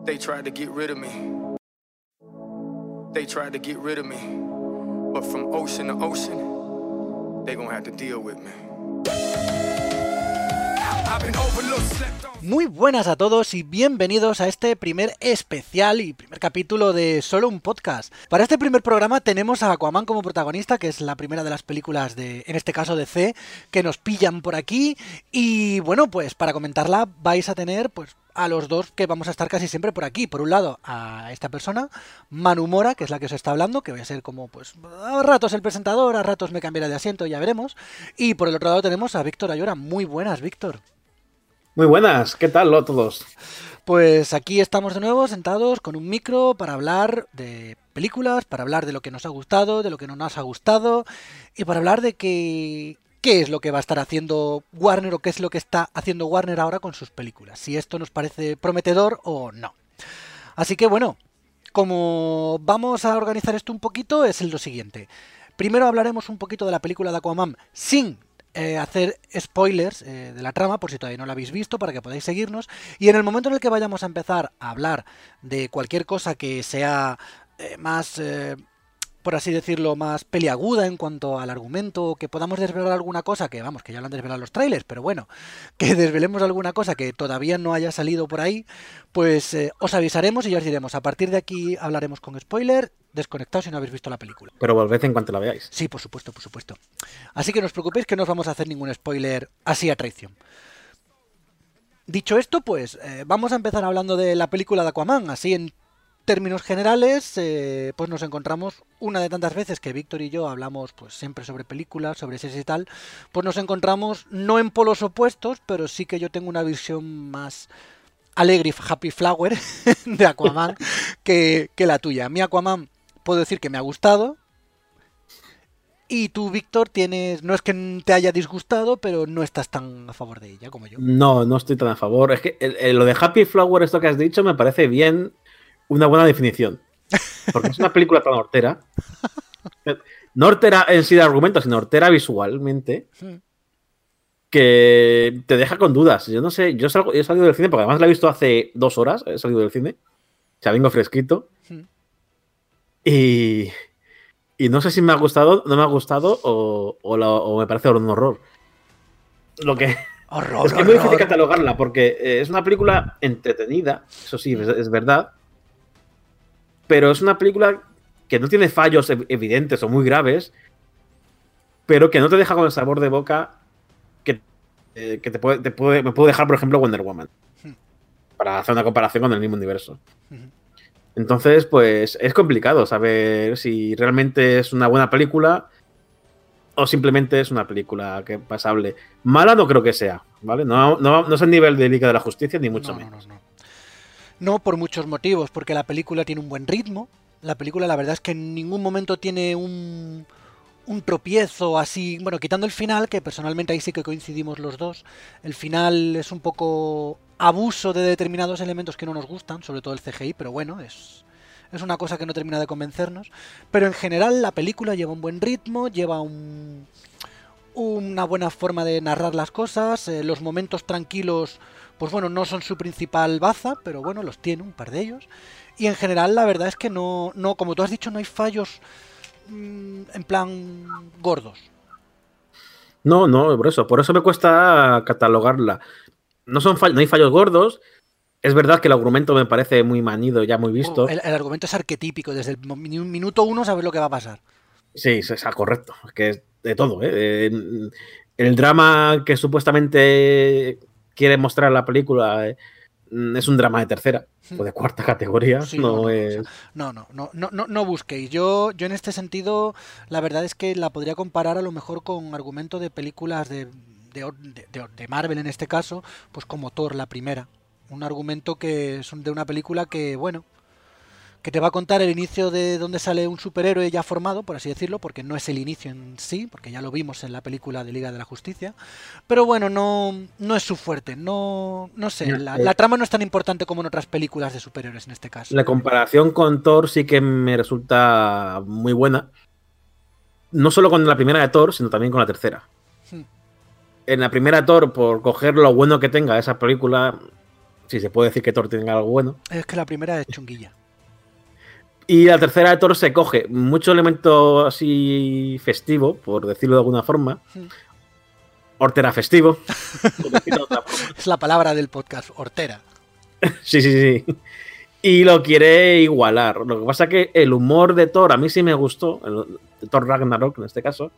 They tried to get rid of me. They tried to get rid of me. But from ocean to ocean, they gonna have to deal with me. I've been overlooked, slept on. Muy buenas a todos y bienvenidos a este primer especial y primer capítulo de Solo un Podcast. Para este primer programa tenemos a Aquaman como protagonista, que es la primera de las películas de, en este caso, DC, que nos pillan por aquí. Y bueno, pues para comentarla vais a tener pues a los dos que vamos a estar casi siempre por aquí. Por un lado, a esta persona, Manu Mora, que es la que os está hablando, que voy a ser como, pues, a ratos el presentador, a ratos me cambiaré de asiento, ya veremos. Y por el otro lado tenemos a Víctor Ayora. Muy buenas, Víctor. Muy buenas, ¿qué tal a todos? Pues aquí estamos de nuevo sentados con un micro para hablar de películas, para hablar de lo que nos ha gustado, de lo que no nos ha gustado y para hablar de qué es lo que va a estar haciendo Warner o qué es lo que está haciendo Warner ahora con sus películas, si esto nos parece prometedor o no. Así que bueno, como vamos a organizar esto un poquito es lo siguiente. Primero hablaremos un poquito de la película de Aquaman sin hacer spoilers de la trama, por si todavía no la habéis visto, para que podáis seguirnos. Y en el momento en el que vayamos a empezar a hablar de cualquier cosa que sea más, por así decirlo, más peliaguda en cuanto al argumento, que podamos desvelar alguna cosa, que vamos, que ya lo han desvelado los trailers, pero bueno, que desvelemos alguna cosa que todavía no haya salido por ahí, pues os avisaremos y ya os diremos, a partir de aquí hablaremos con spoiler. Desconectados si no habéis visto la película. Pero volved en cuanto la veáis. Sí, por supuesto, por supuesto. Así que no os preocupéis que no os vamos a hacer ningún spoiler así a traición. Dicho esto, pues vamos a empezar hablando de la película de Aquaman. Así en términos generales, pues nos encontramos una de tantas veces que Víctor y yo hablamos pues siempre sobre películas, sobre series y tal, pues nos encontramos no en polos opuestos, pero sí que yo tengo una visión más alegre y happy flower de Aquaman que la tuya. Mi Aquaman puedo decir que me ha gustado. Y tú, Víctor, no es que te haya disgustado, pero no estás tan a favor de ella como yo. No estoy tan a favor. Es que lo de Happy Flower, esto que has dicho, me parece bien una buena definición. Porque es una película tan hortera. No hortera en sí de argumento, sino hortera visualmente. Que te deja con dudas. Yo no sé, he salido del cine, porque además la he visto hace 2 horas, he salido del cine. O sea, vengo fresquito. Y no sé si me ha gustado, no me ha gustado o me parece un horror. Lo que horror, es que es muy difícil catalogarla porque es una película entretenida, eso sí, es verdad. Pero es una película que no tiene fallos evidentes o muy graves, pero que no te deja con el sabor de boca que me puede dejar, por ejemplo, Wonder Woman. Para hacer una comparación con el mismo universo. Entonces, pues es complicado saber si realmente es una buena película o simplemente es una película que pasable. Mala no creo que sea, ¿vale? No es el nivel de Liga de la Justicia, ni mucho menos. No, por muchos motivos, porque la película tiene un buen ritmo. La película, la verdad es que en ningún momento tiene un tropiezo así, bueno, quitando el final, que personalmente ahí sí que coincidimos los dos. El final es un poco abuso de determinados elementos que no nos gustan, sobre todo el CGI, pero bueno, es una cosa que no termina de convencernos. Pero en general la película lleva un buen ritmo, lleva una buena forma de narrar las cosas, los momentos tranquilos, pues bueno, no son su principal baza, pero bueno, los tiene, un par de ellos. Y en general la verdad es que no, como tú has dicho, no hay fallos en plan gordos. No, por eso me cuesta catalogarla. No hay fallos gordos. Es verdad que el argumento me parece muy manido, ya muy visto. El argumento es arquetípico, desde el minuto 1 sabes lo que va a pasar. Sí, es correcto, es que es de todo, ¿eh? El drama que supuestamente quiere mostrar la película es un drama de tercera o de cuarta categoría. Sí, no busquéis. Yo en este sentido, la verdad es que la podría comparar a lo mejor con argumento de películas de Marvel en este caso, pues como Thor, la primera. Un argumento que es de una película que, bueno, que te va a contar el inicio de donde sale un superhéroe ya formado, por así decirlo, porque no es el inicio en sí, porque ya lo vimos en la película de Liga de la Justicia. Pero bueno, no es su fuerte, no sé, la trama no es tan importante como en otras películas de superhéroes en este caso. La comparación con Thor sí que me resulta muy buena. No solo con la primera de Thor, sino también con la tercera. En la primera Thor, por coger lo bueno que tenga esa película, si se puede decir que Thor tenga algo bueno. Es que la primera es chunguilla. Y la tercera de Thor se coge mucho elemento así festivo, por decirlo de alguna forma. Hortera festivo. Por decirlo de otra forma. Es la palabra del podcast, hortera. Sí. Y lo quiere igualar. Lo que pasa es que el humor de Thor a mí sí me gustó. De Thor Ragnarok en este caso.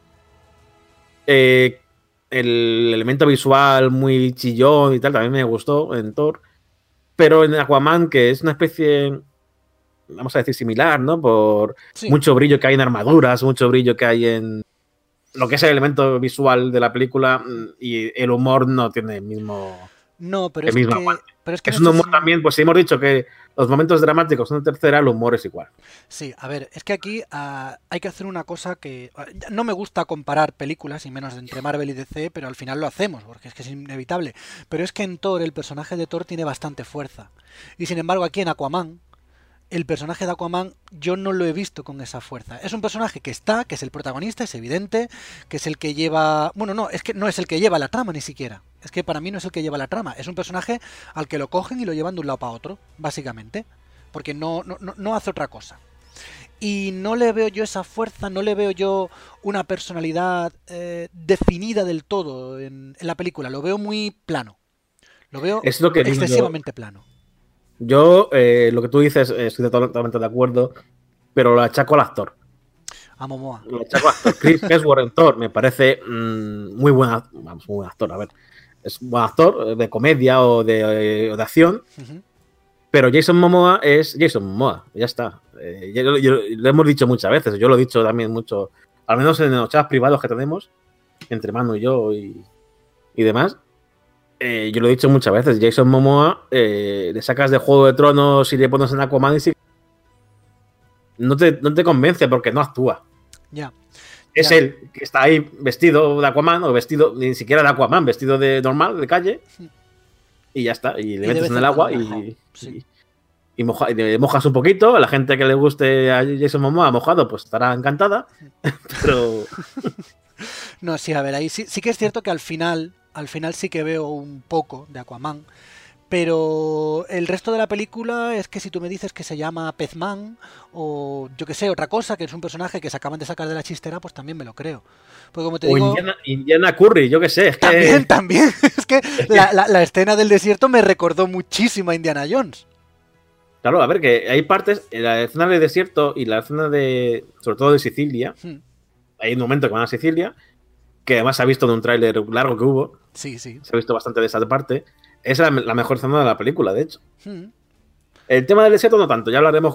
El elemento visual muy chillón y tal también me gustó en Thor. Pero en Aquaman, que es una especie, vamos a decir, similar, ¿no? Por mucho brillo que hay en armaduras, mucho brillo que hay en lo que es el elemento visual de la película, y el humor no tiene el mismo... No, pero es que es un humor también, pues si hemos dicho que los momentos dramáticos son de tercera, el humor es igual. Sí, a ver, es que aquí hay que hacer una cosa que... No me gusta comparar películas, y menos entre Marvel y DC, pero al final lo hacemos, porque es que es inevitable. Pero es que en Thor, el personaje de Thor tiene bastante fuerza. Y sin embargo, aquí en Aquaman, el personaje de Aquaman yo no lo he visto con esa fuerza. Es un personaje que es el protagonista, es evidente, que es el que lleva... Bueno, no, es que no es el que lleva la trama ni siquiera. Es que para mí no es el que lleva la trama. Es un personaje al que lo cogen y lo llevan de un lado para otro, básicamente. Porque no hace otra cosa. Y no le veo yo esa fuerza, no le veo yo una personalidad definida del todo en la película. Lo veo muy plano. Lo veo excesivamente plano. Yo, lo que tú dices, estoy totalmente de acuerdo, pero lo achaco al actor. A Momoa. Lo achaco al actor. Chris Hemsworth en Thor me parece muy buen actor. A ver, es un buen actor de comedia o de acción, pero Jason Momoa es Jason Momoa, ya está. Lo hemos dicho muchas veces, yo lo he dicho también mucho, al menos en los chats privados que tenemos, entre Manu y yo y demás. Yo lo he dicho muchas veces, Jason Momoa, le sacas de Juego de Tronos y le pones en Aquaman y no te convence porque no actúa. Ya. Es él, que está ahí vestido de Aquaman, o vestido, ni siquiera de Aquaman, vestido de normal, de calle, y ya está. Y le metes en el agua y le mojas un poquito. A la gente que le guste a Jason Momoa mojado, pues estará encantada. Pero... No, sí, a ver, ahí sí que es cierto que al final sí que veo un poco de Aquaman, pero el resto de la película es que si tú me dices que se llama Pezman o yo que sé, otra cosa, que es un personaje que se acaban de sacar de la chistera, pues también me lo creo. Porque como te digo, Indiana Curry, yo que sé. Es también. Es que la escena del desierto me recordó muchísimo a Indiana Jones. Claro, a ver, que hay partes, en la escena del desierto y la escena sobre todo de Sicilia, hay un momento que van a Sicilia, que además se ha visto en un tráiler largo que hubo. Sí. Se ha visto bastante de esa parte. Es la mejor escena de la película, de hecho. El tema del desierto no tanto. Ya hablaremos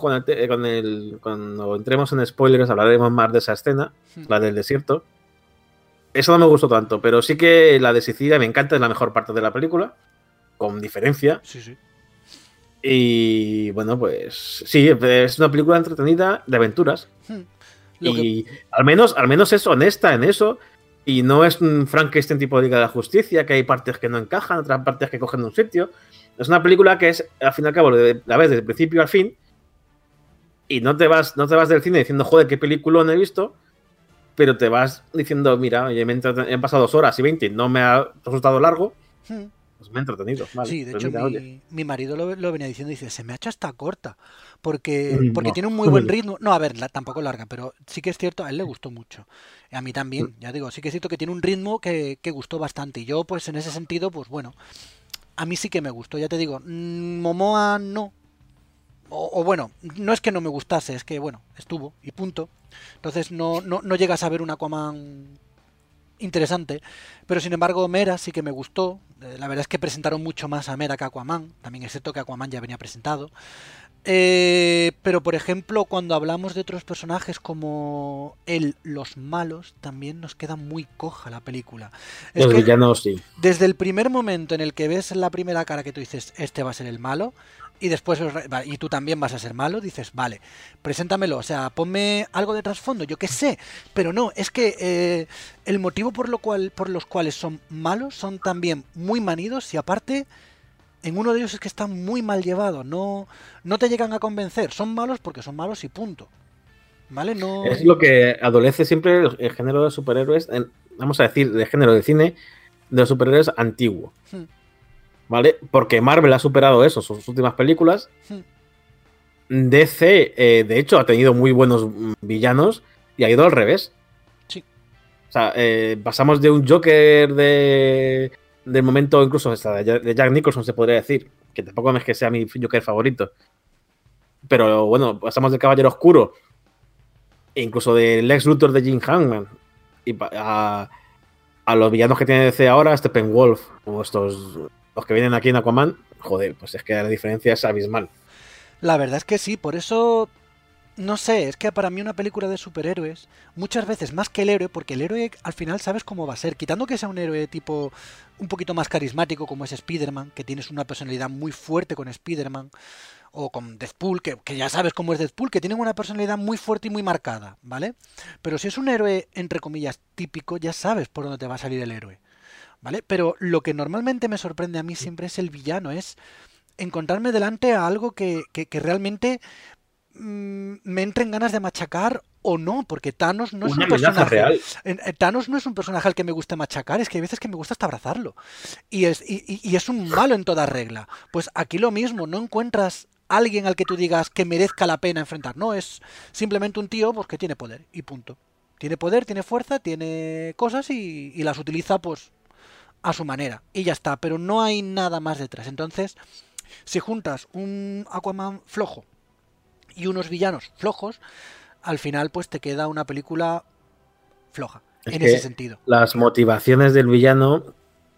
cuando entremos en spoilers, hablaremos más de esa escena, la del desierto. Eso no me gustó tanto, pero sí que la de Sicilia me encanta, es la mejor parte de la película, con diferencia. Sí. Y bueno, pues sí, es una película entretenida de aventuras. Al menos es honesta en eso. Y no es un Frankenstein tipo de Liga de la Justicia, que hay partes que no encajan, otras partes que cogen de un sitio. Es una película que es, al fin y al cabo, la ves desde el principio al fin. Y no te vas del cine diciendo, joder, qué película no he visto. Pero te vas diciendo, mira, he pasado 2 horas y 20 y no me ha resultado largo. Pues me he entretenido. Vale, sí, de pues hecho, mira, mi marido lo venía diciendo y dice, se me ha hecho hasta corta. Porque tiene un muy buen ritmo. No, a ver, tampoco larga, pero sí que es cierto, a él le gustó mucho. A mí también, ya digo, sí que es cierto que tiene un ritmo que gustó bastante. Y yo, pues en ese sentido, pues bueno, a mí sí que me gustó. Ya te digo, Momoa no. O bueno, no es que no me gustase, es que bueno, estuvo y punto. Entonces no llegas a ver un Aquaman interesante, pero sin embargo Mera sí que me gustó. La verdad es que presentaron mucho más a Mera que a Aquaman, también es cierto que Aquaman ya venía presentado. Pero por ejemplo, cuando hablamos de otros personajes como los malos, también nos queda muy coja la película. Los villanos, sí. Desde el primer momento en el que ves la primera cara que tú dices, este va a ser el malo, y después y tú también vas a ser malo, dices, vale, preséntamelo, o sea, ponme algo de trasfondo, yo qué sé, pero no, es que el motivo por los cuales son malos son también muy manidos y aparte en uno de ellos es que está muy mal llevado, no te llegan a convencer, son malos porque son malos y punto. ¿Vale? No... Es lo que adolece siempre el género de superhéroes, vamos a decir, el género de cine de los superhéroes antiguo. ¿vale? Porque Marvel ha superado eso en sus últimas películas. DC, de hecho, ha tenido muy buenos villanos y ha ido al revés. Sí. O sea, pasamos de un Joker del momento, incluso hasta de Jack Nicholson, se podría decir, que tampoco es que sea mi Joker favorito. Pero bueno, pasamos del Caballero Oscuro, e incluso del Lex Luthor de Jim Hammond, y a los villanos que tiene DC ahora, Steppenwolf, o los que vienen aquí en Aquaman. Joder, pues es que la diferencia es abismal. La verdad es que sí, por eso, no sé, es que para mí una película de superhéroes, muchas veces más que el héroe, porque el héroe al final sabes cómo va a ser, quitando que sea un héroe tipo un poquito más carismático como es Spider-Man, que tienes una personalidad muy fuerte con Spider-Man, o con Deadpool, que ya sabes cómo es Deadpool, que tienen una personalidad muy fuerte y muy marcada, ¿vale? Pero si es un héroe, entre comillas, típico, ya sabes por dónde te va a salir el héroe, ¿vale? Pero lo que normalmente me sorprende a mí siempre es el villano, es encontrarme delante a algo que realmente me entre en ganas de machacar o no, porque Thanos no es un personaje real. Thanos no es un personaje al que me guste machacar, es que hay veces que me gusta hasta abrazarlo. Y es un malo en toda regla. Pues aquí lo mismo, no encuentras alguien al que tú digas que merezca la pena enfrentar. No, es simplemente un tío pues, que tiene poder y punto. Tiene poder, tiene fuerza, tiene cosas y las utiliza pues a su manera. Y ya está, pero no hay nada más detrás. Entonces, si juntas un Aquaman flojo y unos villanos flojos, al final pues te queda una película floja, en ese sentido. Las motivaciones del villano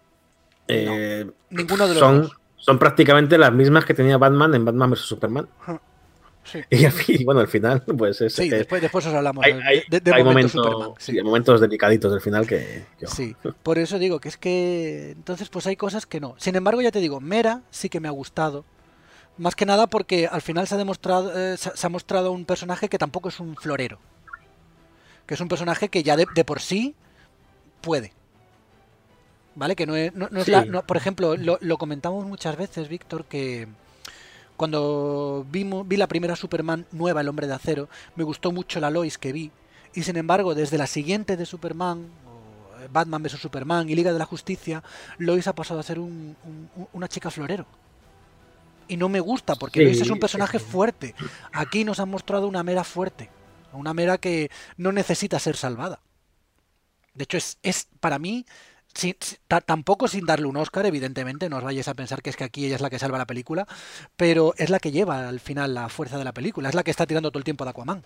ninguno de los dos. Son prácticamente las mismas que tenía Batman en Batman vs Superman. Sí. Y bueno, al final, pues es. Sí, después os hablamos hay Superman. Sí. Momentos delicaditos del final que. Sí, por eso digo que es que. Entonces, pues hay cosas que no. Sin embargo, ya te digo, Mera sí que me ha gustado. Más que nada porque al final se ha mostrado un personaje que tampoco es un florero. Que es un personaje que ya de por sí puede. ¿Vale? Que no es sí. Por ejemplo, lo comentamos muchas veces, Víctor, que cuando vi la primera Superman nueva, El Hombre de Acero, me gustó mucho la Lois que vi. Y sin embargo, desde la siguiente de Superman, Batman vs Superman y Liga de la Justicia, Lois ha pasado a ser una chica florero. Y no me gusta, porque Lois es un personaje fuerte. Aquí nos han mostrado una Mera fuerte. Una Mera que no necesita ser salvada. De hecho, es para mí, tampoco sin darle un Oscar, evidentemente, no os vayáis a pensar que es que aquí ella es la que salva la película, pero es la que lleva al final la fuerza de la película, es la que está tirando todo el tiempo de Aquaman.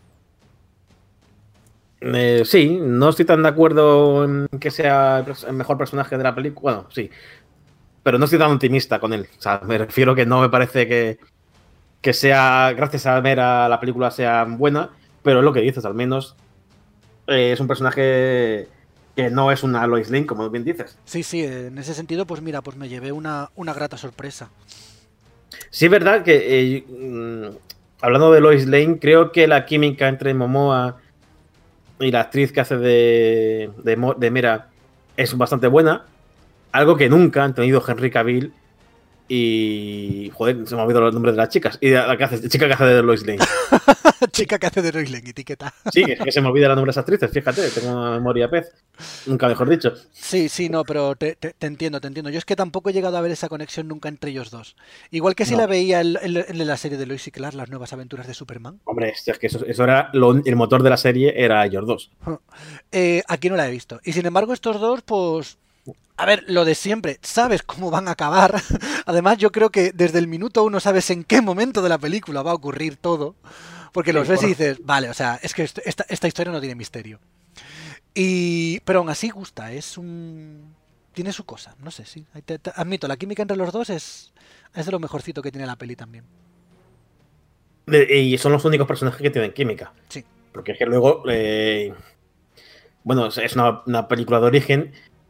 Sí, no estoy tan de acuerdo en que sea el mejor personaje de la película. Bueno, sí, pero no estoy tan optimista con él. O sea, me refiero que no me parece que sea, gracias a Mera, la película sea buena, pero es lo que dices, al menos es un personaje que no es una Lois Lane, como bien dices. Sí, en ese sentido, pues mira, pues me llevé una grata sorpresa. Sí, es verdad que hablando de Lois Lane, creo que la química entre Momoa y la actriz que hace de Mera es bastante buena. Algo que nunca han tenido Henry Cavill y... Joder, se me ha olvidado los nombres de las chicas. Y la chica que hace de Lois Lane. Chica que hace de Lois Lane, etiqueta. Sí, es que se me olvida el nombre de esas actrices, fíjate, tengo una memoria pez. Nunca mejor dicho. Sí, no, pero te entiendo. Yo es que tampoco he llegado a ver esa conexión nunca entre ellos dos. Igual que si la veía en la serie de Lois y Clark, Las Nuevas Aventuras de Superman. Hombre, es que eso era el motor de la serie, era ellos dos. Aquí no la he visto. Y sin embargo, estos dos, pues... A ver, lo de siempre, sabes cómo van a acabar. Además, yo creo que desde el minuto 1 sabes en qué momento de la película va a ocurrir todo. Porque los ves y dices, vale, o sea, es que esta historia no tiene misterio. Pero aún así gusta, tiene su cosa, no sé, sí. Admito, la química entre los dos es de lo mejorcito que tiene la peli también. Y son los únicos personajes que tienen química. Sí. Porque es que luego, bueno, es una película de origen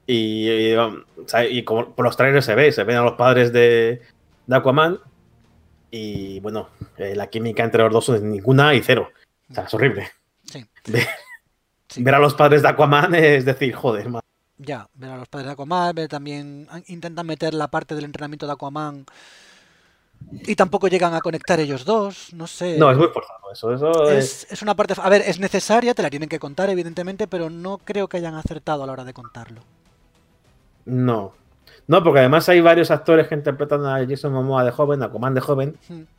y como por los trailers se ven a los padres de Aquaman y bueno, la química entre los dos es ninguna y cero. O sea, es horrible. Sí. Ver a los padres de Aquaman es decir, joder, man. Ya, ver a los padres de Aquaman, también intentan meter la parte del entrenamiento de Aquaman y tampoco llegan a conectar ellos dos, no sé. No, es muy forzado eso es una parte... A ver, es necesaria, te la tienen que contar, evidentemente, pero no creo que hayan acertado a la hora de contarlo. No, No, porque además hay varios actores que interpretan a Jason Momoa de joven, a Aquaman de joven,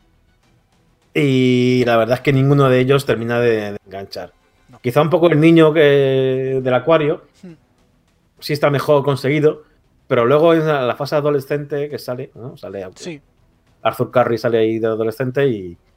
y la verdad es que ninguno de ellos termina de enganchar. No. Quizá un poco el niño del acuario sí está mejor conseguido, pero luego en la fase adolescente que sale, ¿no? Sale Sí. Arthur Curry sale ahí de adolescente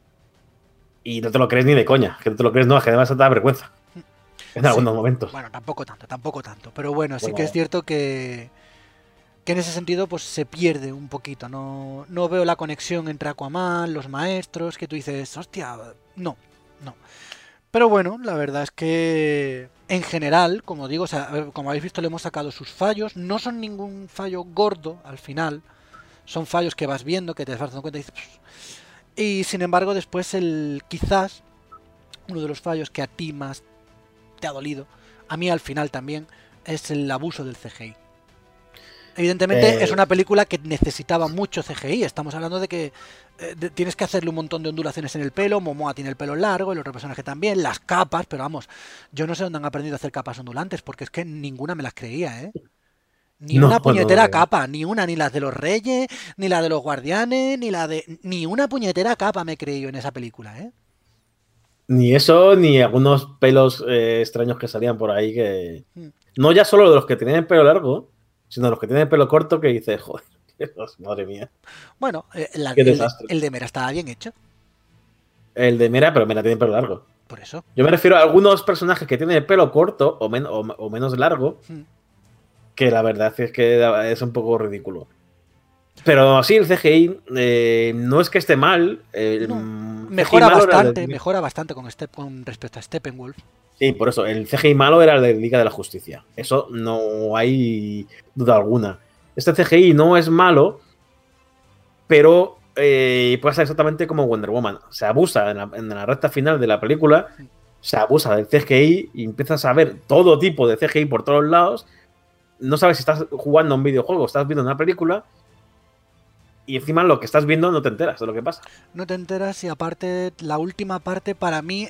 y no te lo crees ni de coña, que no te lo crees, no, es que además te da vergüenza en algunos momentos. Bueno, tampoco tanto. Pero bueno, sí que es cierto que en ese sentido pues se pierde un poquito. No veo la conexión entre Aquaman, los maestros, que tú dices, hostia, no. Pero bueno, la verdad es que en general, como digo, o sea, como habéis visto, le hemos sacado sus fallos. No son ningún fallo gordo al final. Son fallos que vas viendo, que te vas dando cuenta y dices... Pff. Y sin embargo, después quizás uno de los fallos que a ti más te ha dolido, a mí al final también, es el abuso del CGI. Evidentemente es una película que necesitaba mucho CGI. Estamos hablando de que tienes que hacerle un montón de ondulaciones en el pelo. Momoa tiene el pelo largo, el otro personaje también, las capas, pero vamos, yo no sé dónde han aprendido a hacer capas ondulantes, porque es que ninguna me las creía, ¿eh? Ni una puñetera capa, ni las de los Reyes, ni la de los Guardianes, ni una puñetera capa me creí yo en esa película, ¿eh? Ni eso, ni algunos pelos extraños que salían por ahí que... No ya solo de los que tenían el pelo largo, sino los que tienen el pelo corto que dices, joder, Dios, madre mía. Bueno, Qué desastre. El de Mera estaba bien hecho. El de Mera, pero Mera tiene el pelo largo. Por eso. Yo me refiero a algunos personajes que tienen el pelo corto o menos largo, que la verdad es que es un poco ridículo. Pero sí, el CGI no es que esté mal. Mejora bastante con respecto a Steppenwolf. Sí, por eso, el CGI malo era el de Liga de la Justicia. Eso no hay duda alguna. Este CGI no es malo, pero pasa exactamente como Wonder Woman. Se abusa en la recta final de la película, se abusa del CGI y empiezas a ver todo tipo de CGI por todos lados. No sabes si estás jugando a un videojuego o estás viendo una película. Y encima lo que estás viendo no te enteras de lo que pasa. No te enteras y aparte la última parte para mí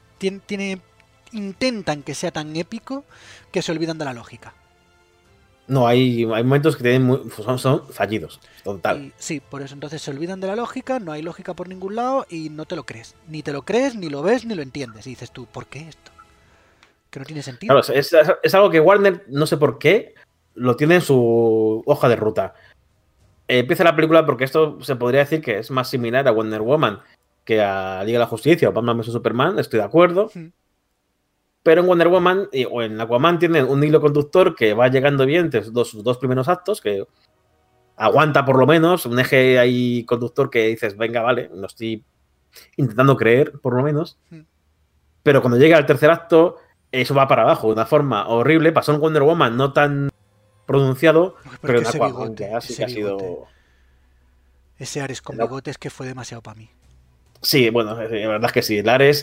intentan que sea tan épico que se olvidan de la lógica. No, hay momentos que son fallidos, total. Sí, por eso entonces se olvidan de la lógica, no hay lógica por ningún lado y no te lo crees. Ni te lo crees, ni lo ves, ni lo entiendes. Y dices tú, ¿por qué esto? Que no tiene sentido. Claro, es algo que Warner, no sé por qué, lo tiene en su hoja de ruta. Empieza la película porque esto se podría decir que es más similar a Wonder Woman que a Liga de la Justicia o Batman vs Superman, estoy de acuerdo. Pero en Wonder Woman o en Aquaman tienen un hilo conductor que va llegando bien entre sus dos primeros actos, que aguanta por lo menos, un eje ahí conductor que dices, venga, vale, lo estoy intentando creer, por lo menos. Pero cuando llega al tercer acto, eso va para abajo de una forma horrible. Pasó en Wonder Woman, no tan pronunciado, pero en Aquaman ya sí que ha sido... Ese Ares con bigotes que fue demasiado para mí. Sí, bueno, la verdad es que sí. El Ares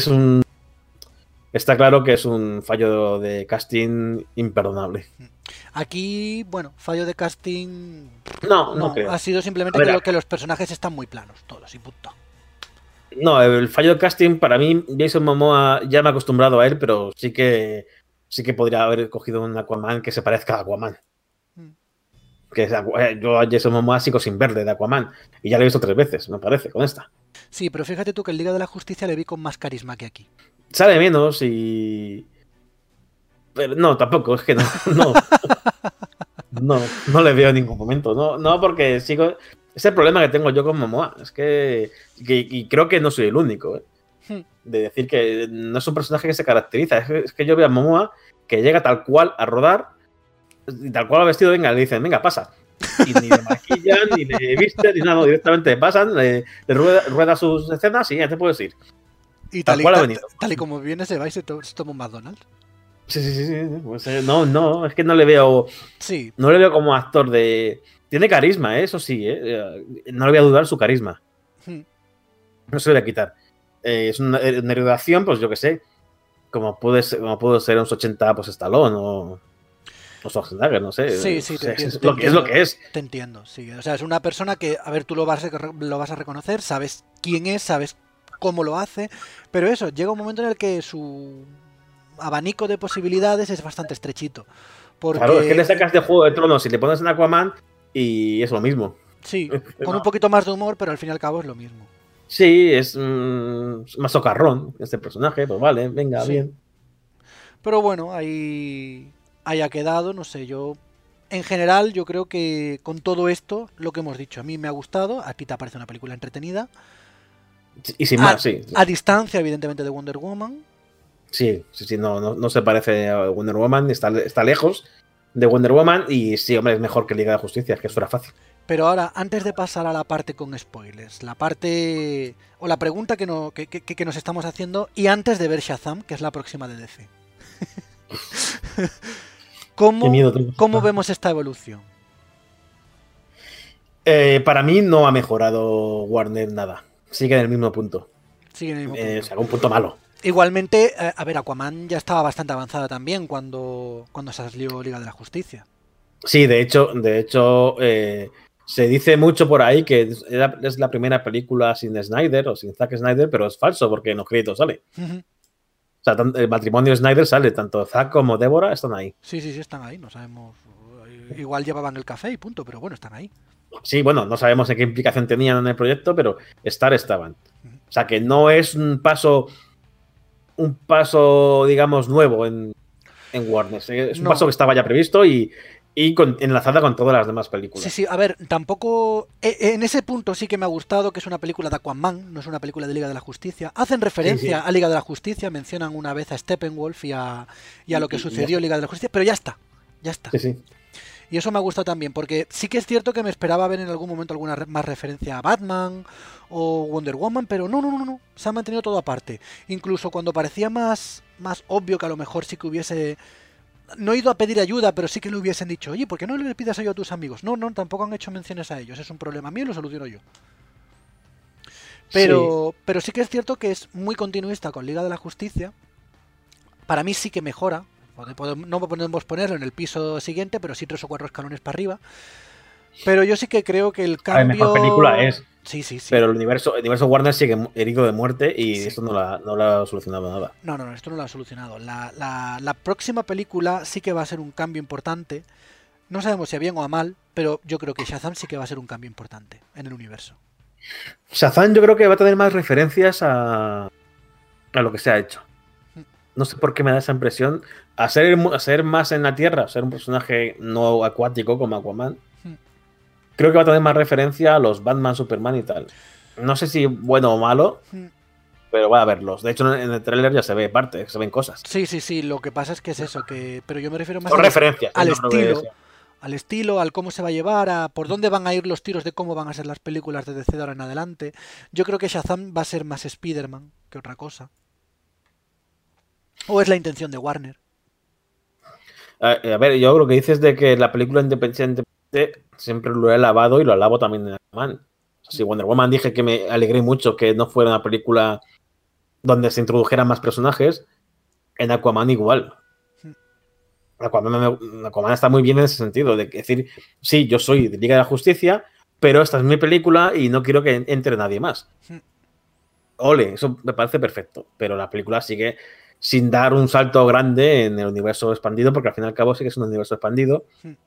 está claro que es un fallo de casting imperdonable. Aquí, bueno, fallo de casting... No creo. Ha sido simplemente que los personajes están muy planos, todos, y punto. No, el fallo de casting, para mí, Jason Momoa, ya me he acostumbrado a él, pero sí que podría haber cogido un Aquaman que se parezca a Aquaman. Que yo a Jason Momoa sigo sin verle de Aquaman. Y ya lo he visto 3 veces, me parece, con esta. Sí, pero fíjate tú que en Liga de la Justicia le vi con más carisma que aquí. Sale menos y... Pero no, tampoco, es que no. No le veo en ningún momento. No, porque sigo... Es el problema que tengo yo con Momoa. Es que y creo que no soy el único, de decir que no es un personaje que se caracteriza. Es que yo veo a Momoa que llega tal cual a rodar, y tal cual ha vestido, venga, le dicen, venga, pasa. Y ni le maquillan, ni le visten, ni nada, directamente pasan, le rueda sus escenas y ya te puedes ir. Y tal y como viene se va y se toma un McDonald's. Sí. Pues, no, es que no le veo. Sí. No le veo como actor de. Tiene carisma, eso sí, no le voy a dudar su carisma. No se le voy a quitar. Es una heredación, pues yo qué sé. Como pudo ser en los 80, pues Stallone o Schwarzenegger, no sé. Sí, es lo que es. Te entiendo, sí. O sea, es una persona que, a ver, tú lo vas a reconocer, sabes quién es, sabes cómo lo hace, pero eso, llega un momento en el que su abanico de posibilidades es bastante estrechito. Porque... Claro, es que le sacas de Juego de Tronos y le pones en Aquaman y es lo mismo. Sí, con un poquito más de humor, pero al fin y al cabo es lo mismo. Sí, es más socarrón este personaje, pues vale, venga, Sí. bien. Pero bueno, ahí haya quedado, no sé, yo... En general, yo creo que con todo esto, lo que hemos dicho, a mí me ha gustado, a ti te parece una película entretenida, Y sin a, más, sí. a distancia, evidentemente, de Wonder Woman. Sí, no se parece a Wonder Woman, está lejos de Wonder Woman y sí, hombre, es mejor que Liga de la Justicia, es que eso era fácil. Pero ahora, antes de pasar a la parte con spoilers, la parte o la pregunta que, no, que nos estamos haciendo, y antes de ver Shazam, que es la próxima de DC. Qué ¿Cómo, miedo tengo. ¿Cómo vemos esta evolución? Para mí no ha mejorado Warner nada. Sigue en el mismo punto. Sigue en el mismo punto. O sea, un punto malo. Igualmente, a ver, Aquaman ya estaba bastante avanzada también cuando salió Liga de la Justicia. Sí, de hecho, se dice mucho por ahí que es la primera película sin Snyder o sin Zack Snyder, pero es falso porque en los créditos sale. O sea, el matrimonio Snyder sale, tanto Zack como Deborah están ahí. Sí, están ahí, no sabemos. Igual llevaban el café y punto, pero bueno, están ahí. Sí, bueno, no sabemos en qué implicación tenían en el proyecto, pero estaban. O sea, que no es un paso, digamos, nuevo en Warner. Es un paso que estaba ya previsto y enlazada con todas las demás películas. Sí, a ver, tampoco... En ese punto sí que me ha gustado, que es una película de Aquaman, no es una película de Liga de la Justicia. Hacen referencia a Liga de la Justicia, mencionan una vez a Steppenwolf y a lo que sucedió en Liga de la Justicia, pero ya está. Sí. Y eso me ha gustado también, porque sí que es cierto que me esperaba ver en algún momento alguna más referencia a Batman o Wonder Woman, pero no. Se ha mantenido todo aparte. Incluso cuando parecía más obvio que a lo mejor sí que hubiese... No he ido a pedir ayuda, pero sí que le hubiesen dicho, oye, ¿por qué no le pidas ayuda a tus amigos? No, tampoco han hecho menciones a ellos, es un problema mío y lo soluciono yo. Pero sí que es cierto que es muy continuista con Liga de la Justicia. Para mí sí que mejora. No podemos ponerlo en el piso siguiente, pero sí 3 o 4 escalones para arriba. Pero yo sí que creo que el cambio... La mejor película es. Sí. Pero el universo Warner sigue herido de muerte y esto no lo ha solucionado nada. No, esto no lo ha solucionado. La próxima película sí que va a ser un cambio importante. No sabemos si a bien o a mal, pero yo creo que Shazam sí que va a ser un cambio importante en el universo. Shazam yo creo que va a tener más referencias a lo que se ha hecho. No sé por qué me da esa impresión. A ser más en la Tierra, ser un personaje no acuático como Aquaman. Creo que va a tener más referencia a los Batman, Superman y tal. No sé si bueno o malo, pero va a verlos. De hecho, en el tráiler ya se ve parte, se ven cosas. Sí. Lo que pasa es que es eso, pero yo me refiero más al estilo, al cómo se va a llevar, a por dónde van a ir los tiros de cómo van a ser las películas de DC de ahora en adelante. Yo creo que Shazam va a ser más Spider-Man que otra cosa. ¿O es la intención de Warner? A ver, yo lo que dices de que la película independiente siempre lo he alabado y lo alabo también en Aquaman. O sea, si Wonder Woman dije que me alegré mucho que no fuera una película donde se introdujeran más personajes, en Aquaman igual. Aquaman está muy bien en ese sentido, de decir, sí, yo soy de Liga de la Justicia, pero esta es mi película y no quiero que entre nadie más. Ole, eso me parece perfecto, pero la película sigue sin dar un salto grande en el universo expandido, porque al fin y al cabo sí que es un universo expandido.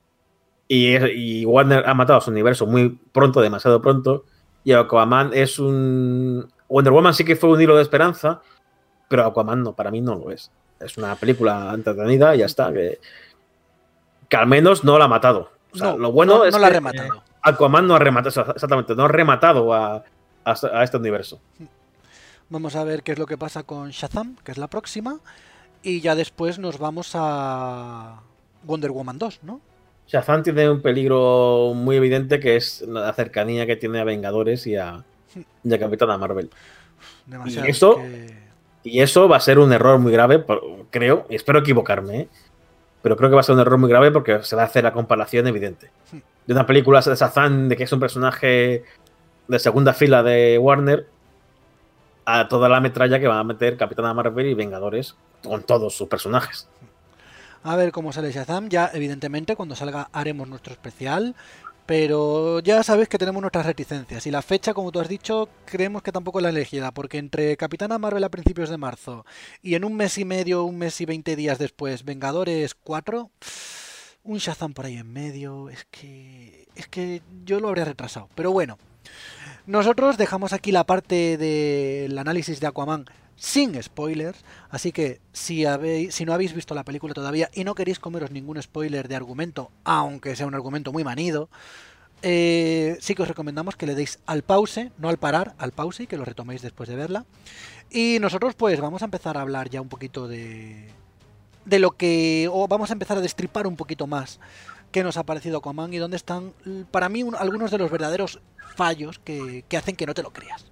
Y Warner ha matado a su universo muy pronto, demasiado pronto, y Aquaman es un... Wonder Woman sí que fue un hilo de esperanza, pero Aquaman no, para mí no lo es. Es una película entretenida y ya está, que al menos no la ha matado. O sea, lo bueno es no la ha rematado. Aquaman no ha rematado, exactamente, no ha rematado a este universo. Vamos a ver qué es lo que pasa con Shazam, que es la próxima, y ya después nos vamos a Wonder Woman 2, ¿no? Shazam tiene un peligro muy evidente, que es la cercanía que tiene a Vengadores y a Capitana Marvel. Demasiado. Y eso va a ser un error muy grave, creo, y espero equivocarme, pero creo que va a ser un error muy grave porque se va a hacer la comparación evidente. De una película de Shazam, de que es un personaje de segunda fila de Warner, a toda la metralla que van a meter Capitana Marvel y Vengadores con todos sus personajes. A ver cómo sale Shazam. Ya, evidentemente, cuando salga haremos nuestro especial. Pero ya sabéis que tenemos nuestras reticencias. Y la fecha, como tú has dicho, creemos que tampoco es la elegida. Porque entre Capitana Marvel a principios de marzo y en un mes y medio, un mes y 20 días después, Vengadores 4... un Shazam por ahí en medio, es que yo lo habría retrasado. Pero bueno, nosotros dejamos aquí la parte del análisis de Aquaman sin spoilers, así que si no habéis visto la película todavía y no queréis comeros ningún spoiler de argumento, aunque sea un argumento muy manido, sí que os recomendamos que le deis al pause, no al parar, al pause, y que lo retoméis después de verla. Y nosotros pues vamos a empezar a hablar ya un poquito de lo que, o vamos a empezar a destripar un poquito más qué nos ha parecido Aquaman y dónde están, para mí, algunos de los verdaderos fallos que hacen que no te lo creas.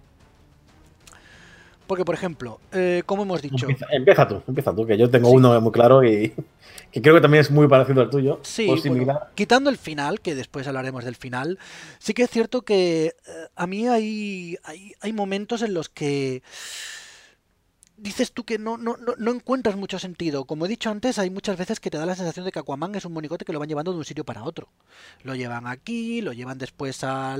Porque, por ejemplo, como hemos dicho... Empieza tú, que yo tengo Sí. uno muy claro y que creo que también es muy parecido al tuyo. Sí, o similar. bueno, quitando el final, que después hablaremos del final, sí que es cierto que a mí hay momentos en los que dices tú que no encuentras mucho sentido. Como he dicho antes, hay muchas veces que te da la sensación de que Aquaman es un monigote que lo van llevando de un sitio para otro. Lo llevan aquí, lo llevan después a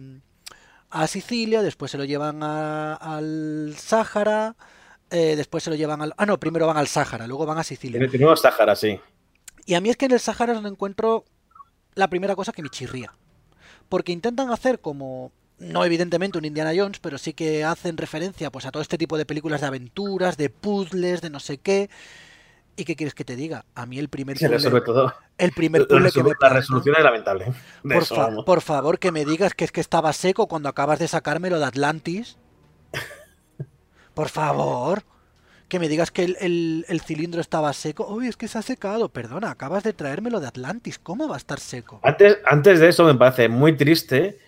Sicilia, después se lo llevan al Sáhara, después se lo llevan al... Ah, no, primero van al Sáhara, luego van a Sicilia. Tiene unos Sáhara, sí. Y a mí es que en el Sáhara es donde encuentro la primera cosa que me chirría. Porque intentan hacer como... No evidentemente un Indiana Jones, pero sí que hacen referencia pues a todo este tipo de películas de aventuras, de puzzles, de no sé qué. ¿Y qué quieres que te diga? A mí el primer Se resuelve todo. el primer puzzle que me La plantan, resolución es lamentable. por favor, que me digas que es que estaba seco cuando acabas de sacármelo de Atlantis. Por favor. Que me digas que el cilindro estaba seco. Uy, es que se ha secado. Perdona, acabas de traérmelo de Atlantis. ¿Cómo va a estar seco? Antes de eso me parece muy triste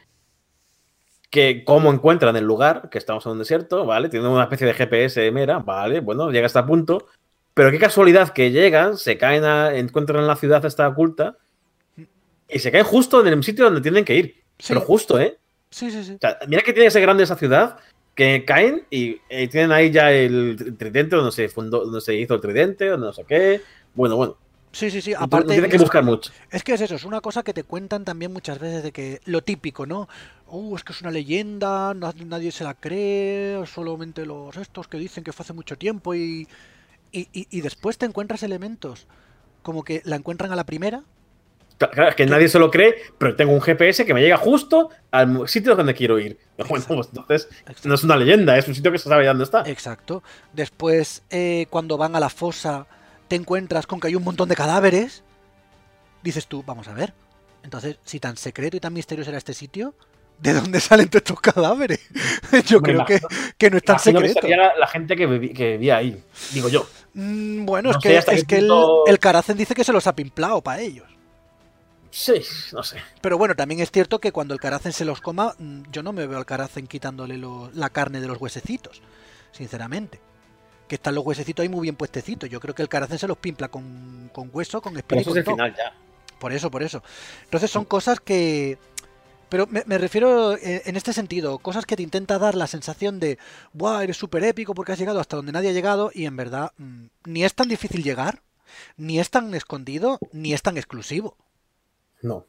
que cómo encuentran el lugar, que estamos en un desierto, ¿vale? Tienen una especie de GPS mera, ¿vale? Bueno, llega hasta punto. Pero qué casualidad que llegan, se caen, encuentran la ciudad esta oculta y se caen justo en el sitio donde tienen que ir. Sí. Pero justo, ¿eh? Sí, sí, sí. O sea, mira que tiene ese grande esa ciudad, que caen y tienen ahí ya el tridente donde se fundó, donde se hizo el tridente, o no sé qué. Bueno. Sí, sí, sí. No Aparte, tiene que buscar mucho. Es que es eso, es una cosa que te cuentan también muchas veces de que lo típico, ¿no? Es que es una leyenda, nadie se la cree, solamente los estos que dicen que fue hace mucho tiempo y después te encuentras elementos como que la encuentran a la primera. Claro, es que nadie se lo cree, pero tengo un GPS que me llega justo al sitio donde quiero ir. Bueno, pues entonces no es una leyenda, es un sitio que se sabe dónde está. Exacto. Después, cuando van a la fosa, te encuentras con que hay un montón de cadáveres. Dices tú, vamos a ver. Entonces, si tan secreto y tan misterioso era este sitio, ¿de dónde salen todos estos cadáveres? Yo creo que no es tan secreto. Que la gente que vivía ahí, digo yo. Bueno, No es sé que punto... el Karacen dice que se los ha pimplado para ellos. Sí, no sé. Pero bueno, también es cierto que cuando el Karacen se los coma, yo no me veo al Karacen quitándole la carne de los huesecitos, sinceramente. Que están los huesecitos ahí muy bien puestecitos. Yo creo que el Karacen se los pimpla con hueso, con espina y con Eso es el todo. final ya. Por eso. Entonces son cosas que... Pero me refiero en este sentido, cosas que te intenta dar la sensación de ¡buah, eres súper épico porque has llegado hasta donde nadie ha llegado! Y en verdad, ni es tan difícil llegar, ni es tan escondido, ni es tan exclusivo. No.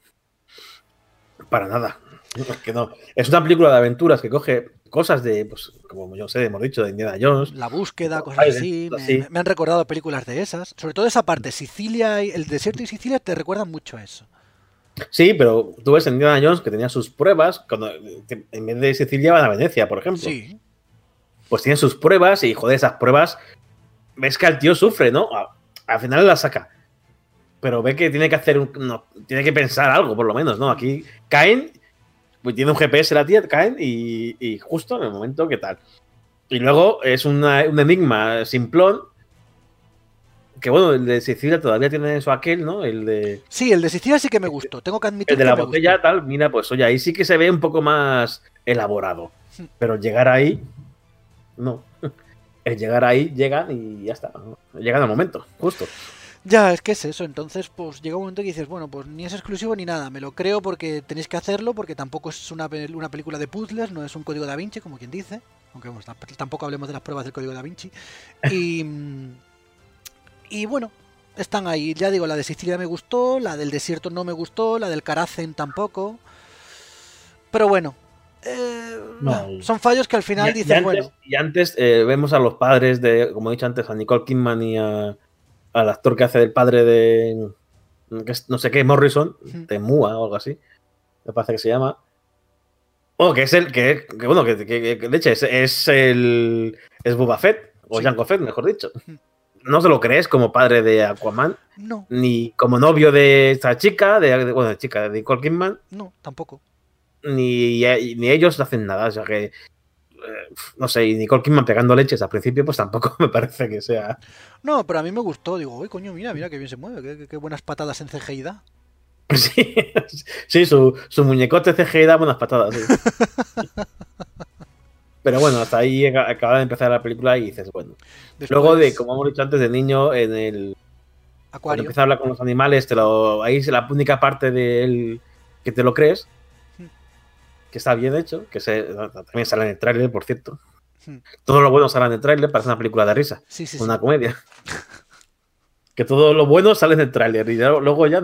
Para nada. Es que no. Es una película de aventuras que coge cosas de, pues, como yo sé, hemos dicho, de Indiana Jones. La búsqueda, cosas así. Me han recordado películas de esas. Sobre todo esa parte, Sicilia, el desierto y Sicilia te recuerdan mucho a eso. Sí, pero tú ves en Indiana Jones que tenía sus pruebas, cuando en vez de Sicilia van a Venecia, por ejemplo. Sí. Pues tiene sus pruebas y, joder, esas pruebas, ves que el tío sufre, ¿no? Al final la saca. Pero ve que tiene que hacer tiene que pensar algo, por lo menos, ¿no? Aquí caen, pues tiene un GPS la tía, caen y justo en el momento que tal. Y luego es un enigma simplón. Que bueno, el de Sicilia todavía tiene eso aquel, ¿no? El de... Sí, el de Sicilia sí que me gustó. Tengo que admitir el de que la me botella, gustó. tal, mira, pues oye, ahí sí que se ve un poco más elaborado. Pero llegar ahí, no. El llegar ahí, llegan y ya está. ¿No? Llegan al momento, justo. Ya, es que es eso. Entonces, pues llega un momento que dices, bueno, pues ni es exclusivo ni nada. Me lo creo porque tenéis que hacerlo, porque tampoco es una película de puzzles, no es un código Da Vinci, como quien dice. Aunque bueno, tampoco hablemos de las pruebas del código Da Vinci. Y bueno, están ahí. Ya digo, la de Sicilia me gustó, la del desierto no me gustó, la del Karacen tampoco. Pero bueno, son fallos que al final dices, bueno. Y antes vemos a los padres de, como he dicho antes, a Nicole Kidman y al actor que hace del padre que es no sé qué, Morrison, de Mua o algo así, me parece que se llama. Oh, que es el que bueno, que de hecho es Boba Fett, o Sí. Jango Fett, mejor dicho. No se lo crees como padre de Aquaman, No, ni como novio de esta chica, de chica, de Nicole Kidman, no, tampoco. ni ellos hacen nada. O sea que, no sé, y Nicole Kidman pegando leches al principio, pues tampoco me parece que sea. No, pero a mí me gustó. Digo, uy, coño, mira qué bien se mueve, qué buenas patadas en CGI da. Sí, sí, su muñecote CGI da buenas patadas, sí. Pero bueno, hasta ahí acaba de empezar la película y dices, bueno. Después, Luego de, como hemos dicho antes, de niño, cuando Acuario. empieza a hablar con los animales, ahí es la única parte de él que te lo crees, que está bien hecho, también sale en el tráiler, por cierto. Todo lo bueno sale en el tráiler, parece una película de risa, Sí. una comedia. Que todo lo bueno sale en el tráiler y luego ya...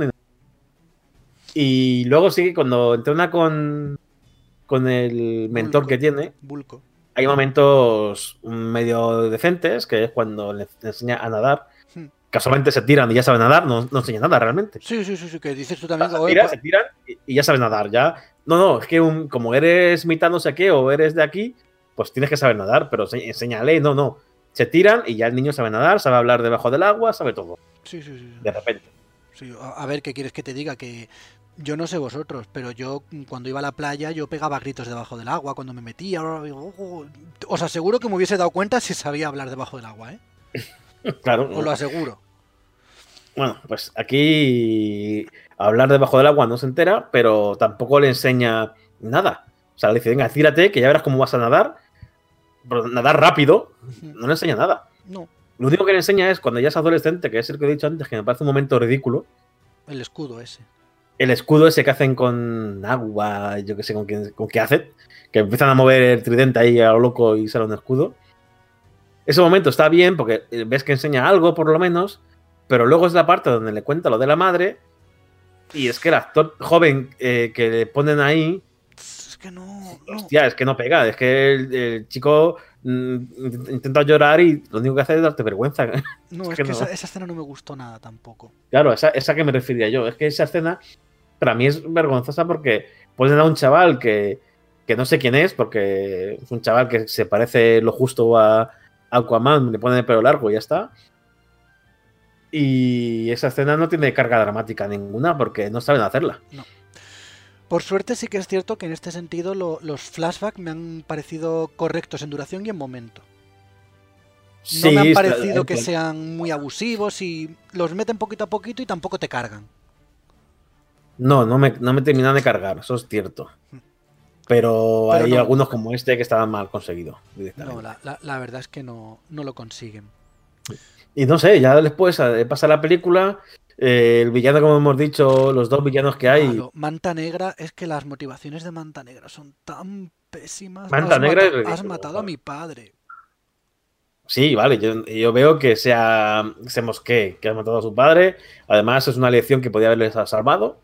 Y luego sí, cuando entrena con el mentor Vulco. que tiene, Vulco. hay momentos medio decentes, que es cuando le enseña a nadar. Casualmente se tiran y ya saben nadar, no enseña nada realmente. Sí, que dices tú también. Se tiran y ya sabes nadar. Ya. No, es que como eres mitad no sé qué o eres de aquí, pues tienes que saber nadar, pero enséñale, no. Se tiran y ya el niño sabe nadar, sabe hablar debajo del agua, sabe todo. Sí. De repente. Sí, a ver, ¿qué quieres que te diga? Que yo no sé vosotros, pero yo cuando iba a la playa yo pegaba gritos debajo del agua cuando me metía. Os aseguro que me hubiese dado cuenta si sabía hablar debajo del agua, ¿eh? Claro. Os lo aseguro. Bueno, pues aquí hablar debajo del agua no se entera, pero tampoco le enseña nada. O sea, le dice, venga, tírate, que ya verás cómo vas a nadar. Pero nadar rápido, no le enseña nada. No. Lo único que le enseña es cuando ya es adolescente, que es el que he dicho antes, que me parece un momento ridículo. El escudo ese. El escudo ese que hacen con agua, yo que sé con qué hacen, que empiezan a mover el tridente ahí a lo loco y sale un escudo. Ese momento está bien porque ves que enseña algo por lo menos, pero luego es la parte donde le cuenta lo de la madre y es que el actor joven que le ponen ahí... Es que no. Hostia, es que no pega, es que el chico intenta llorar y lo único que hace es darte vergüenza. No, es que esa escena no me gustó nada tampoco. Claro, esa que me refería yo. Es que esa escena para mí es vergonzosa porque ponen a un chaval que no sé quién es, porque es un chaval que se parece lo justo a Aquaman, le ponen el pelo largo y ya está. Y esa escena no tiene carga dramática ninguna porque no saben hacerla. No. Por suerte sí que es cierto que en este sentido los flashbacks me han parecido correctos en duración y en momento. No me han parecido que sean muy abusivos y los meten poquito a poquito y tampoco te cargan. No me terminan de cargar, eso es cierto. Pero hay algunos como este que estaban mal conseguidos. No, la verdad es que no lo consiguen. Y no sé, ya después pasa la película, el villano, como hemos dicho, los dos villanos que hay. Claro, Manta Negra, es que las motivaciones de Manta Negra son tan pésimas. Manta Negra es has matado a mi padre. Sí, vale, yo veo que se mosquee, que ha matado a su padre. Además, es una lección que podía haberles salvado.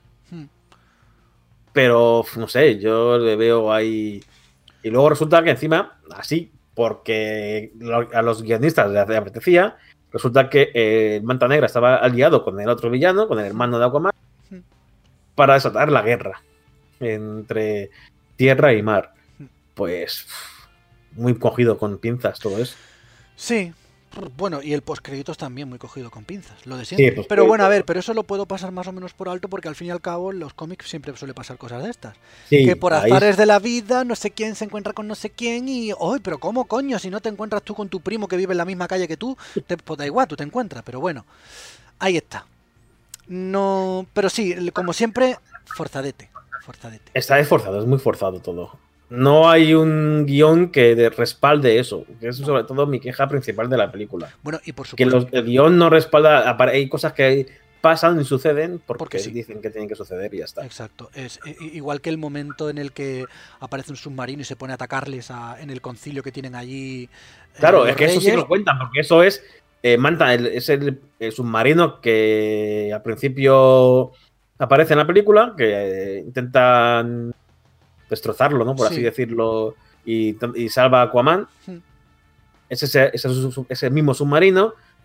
Pero, no sé, yo le veo ahí... Y luego resulta que encima, así, porque a los guionistas les apetecía, resulta que Manta Negra estaba aliado con el otro villano, con el hermano de Aquaman, para desatar la guerra entre tierra y mar. Pues muy cogido con pinzas todo eso. Sí, bueno, y el postcréditos también muy cogido con pinzas, lo de siempre. Sí, pero bueno, a ver, pero eso lo puedo pasar más o menos por alto porque al fin y al cabo en los cómics siempre suele pasar cosas de estas. Sí, que por azares de la vida no sé quién se encuentra con no sé quién y... ¡Ay, pero cómo coño! Si no te encuentras tú con tu primo que vive en la misma calle que tú, pues da igual, tú te encuentras, pero bueno, ahí está. No, pero sí, como siempre, forzadete. Está esforzado, es muy forzado todo. No hay un guión que respalde eso. Que es sobre todo mi queja principal de la película. Bueno, y por supuesto. Que el guión no respalda. Hay cosas que pasan y suceden porque sí. Dicen que tienen que suceder y ya está. Exacto. Es igual que el momento en el que aparece un submarino y se pone a atacarles en el concilio que tienen allí. Claro, es que eso sí que lo cuentan, porque eso es. Manta, es el submarino que al principio aparece en la película, que intentan destrozarlo, ¿no? Por así decirlo, y salva a Aquaman. Es ese mismo submarino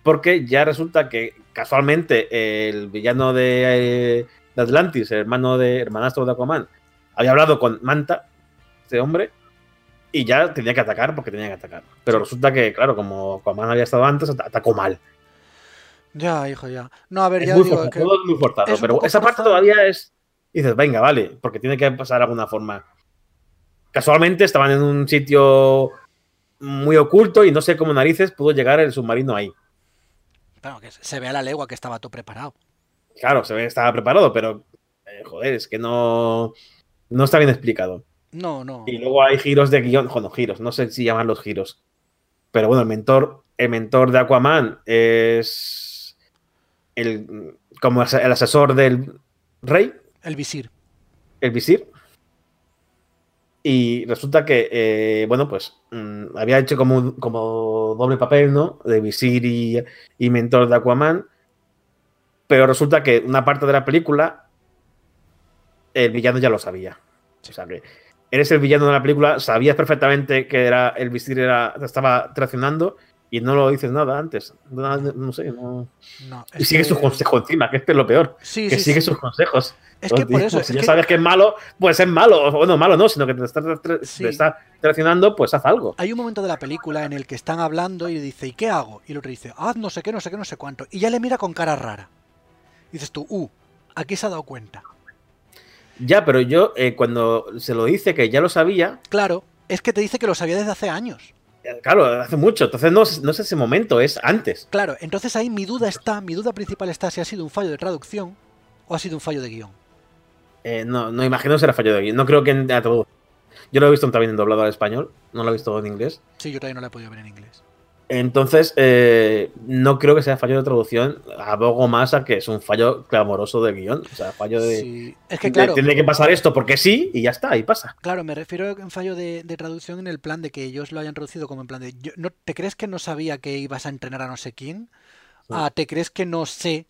porque ya resulta que casualmente el villano de Atlantis, el hermanastro de Aquaman, había hablado con Manta, este hombre, y ya tenía que atacar porque tenía que atacar. Pero resulta que, claro, como Aquaman había estado antes, atacó mal. Ya, hijo, ya. No, a ver, Es ya muy digo forzado, que todo es muy forzado, es un pero poco esa parte forzado. todavía es... Dices, venga, vale, porque tiene que pasar de alguna forma. Casualmente estaban en un sitio muy oculto y no sé cómo narices pudo llegar el submarino ahí. Claro, que se ve a la legua que estaba todo preparado. Claro, se ve que estaba preparado, pero joder, es que no está bien explicado. No, no. Y luego hay giros de guión, bueno, giros, no sé si llaman los giros. Pero bueno, el mentor de Aquaman es como el asesor del rey, El visir. el visir. Y resulta que, bueno, pues había hecho como doble papel, ¿no? De visir y mentor de Aquaman. Pero resulta que una parte de la película, el villano ya lo sabía. O sea que eres el villano de la película, sabías perfectamente que era el visir estaba traicionando y no lo dices nada antes. No sé, no. No, Y sigue sus consejos encima, que es lo peor. Sí, que sí, sigue sí. sus consejos. Es que por eso. Si ya sabes que es malo, pues es malo. Bueno, malo no, sino que te Sí. está traicionando, pues haz algo. Hay un momento de la película en el que están hablando y le dice, ¿y qué hago? Y el otro dice, haz no sé qué, no sé qué, no sé cuánto. Y ya le mira con cara rara. Y dices tú, aquí se ha dado cuenta. Ya, pero yo, cuando se lo dice que ya lo sabía, Claro, es que te dice que lo sabía desde hace años. claro, hace mucho. Entonces no es ese momento, es antes. Claro, entonces ahí mi duda principal está si ha sido un fallo de traducción o ha sido un fallo de guión. No imagino que será fallo de guión. No creo que a todo. Yo lo he visto también doblado al español, no lo he visto en inglés. Sí, yo todavía no la he podido ver en inglés. Entonces, no creo que sea fallo de traducción. Abogo más a que es un fallo clamoroso de guión. O sea, fallo de. Sí, es que claro. Tiene que pasar esto porque sí y ya está, y pasa. Claro, me refiero a un fallo de traducción en el plan de que ellos lo hayan traducido como en plan de. No, ¿te crees que no sabía que ibas a entrenar a no sé quién? ¿Te crees que no sé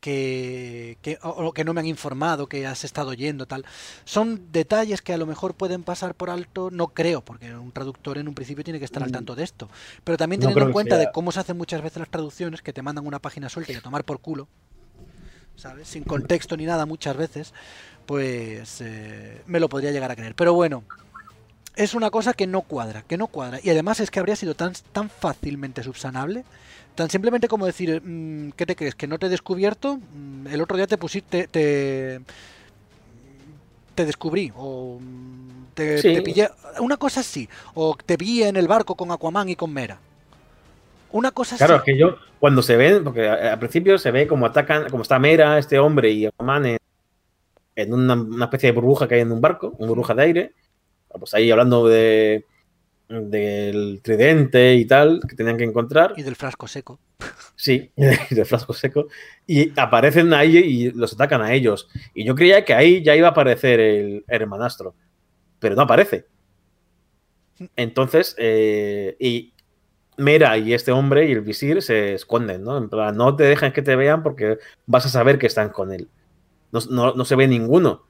o que no me han informado, que has estado yendo, tal? Son detalles que a lo mejor pueden pasar por alto, no creo, porque un traductor en un principio tiene que estar al tanto de esto. Pero también teniendo en cuenta de cómo se hacen muchas veces las traducciones, que te mandan una página suelta y a tomar por culo, ¿sabes? Sin contexto ni nada muchas veces, pues me lo podría llegar a creer. Pero bueno, es una cosa que no cuadra. Y además es que habría sido tan fácilmente subsanable, tan simplemente como decir, ¿qué te crees? ¿Que no te he descubierto? El otro día te pusiste, te descubrí, o te pillé, una cosa así, o te vi en el barco con Aquaman y con Mera. Una cosa claro, así. es que yo, cuando se ven, porque al principio se ve como atacan, como está Mera, este hombre y Aquaman en una especie de burbuja que hay en un barco, una burbuja de aire, pues ahí hablando del tridente y tal, que tenían que encontrar. Y del frasco seco. Sí, del frasco seco. Y aparecen ahí y los atacan a ellos. Y yo creía que ahí ya iba a aparecer el hermanastro, pero no aparece. Entonces, y Mera y este hombre y el visir se esconden, ¿no? En plan, no te dejan que te vean porque vas a saber que están con él. No se ve ninguno.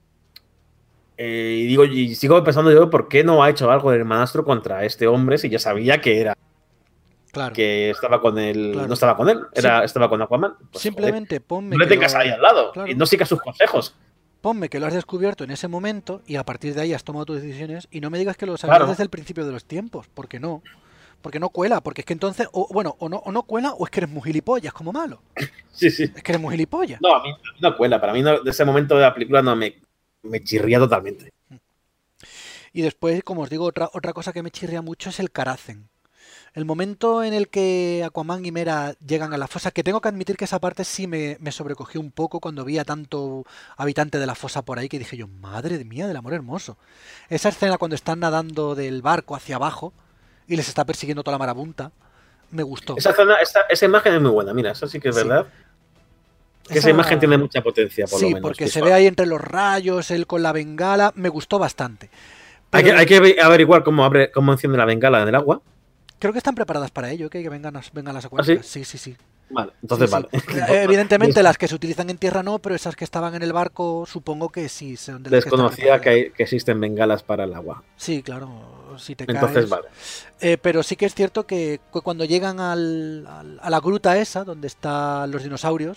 Y sigo pensando yo, ¿por qué no ha hecho algo el hermanastro contra este hombre si ya sabía que era? Claro. Que estaba con él, Claro. no estaba con él, estaba con Aquaman. Pues, simplemente joder, ponme no le tengas ahí al lado, claro, y no sigas sus consejos. Ponme que lo has descubierto en ese momento y a partir de ahí has tomado tus decisiones y no me digas que lo sabías desde el principio de los tiempos, porque no cuela, porque es que entonces, o no cuela o es que eres muy gilipollas como malo. Sí. Es que eres muy gilipollas. No, a mí no cuela, para mí de ese momento de la película no me chirría totalmente. Y después, como os digo, otra cosa que me chirría mucho es el Karazen. El momento en el que Aquaman y Mera llegan a la fosa, que tengo que admitir que esa parte sí me sobrecogió un poco cuando vi a tanto habitante de la fosa por ahí, que dije yo, madre mía del amor hermoso. Esa escena cuando están nadando del barco hacia abajo y les está persiguiendo toda la marabunta, me gustó. Esa imagen es muy buena, mira, eso sí que es verdad. Esa imagen tiene mucha potencia, por lo menos. Sí, porque se ve ahí entre los rayos, él con la bengala, me gustó bastante. Pero hay que averiguar cómo enciende la bengala en el agua. Creo que están preparadas para ello, que vengan las secuencias. ¿Ah, sí? Sí. Vale, entonces Sí, vale. sí. Evidentemente las que se utilizan en tierra no, pero esas que estaban en el barco supongo que sí son de las que están Desconocía preparadas. que existen bengalas para el agua. Sí, claro, si te Entonces caes. vale. Pero sí que es cierto que cuando llegan a la gruta esa, donde están los dinosaurios,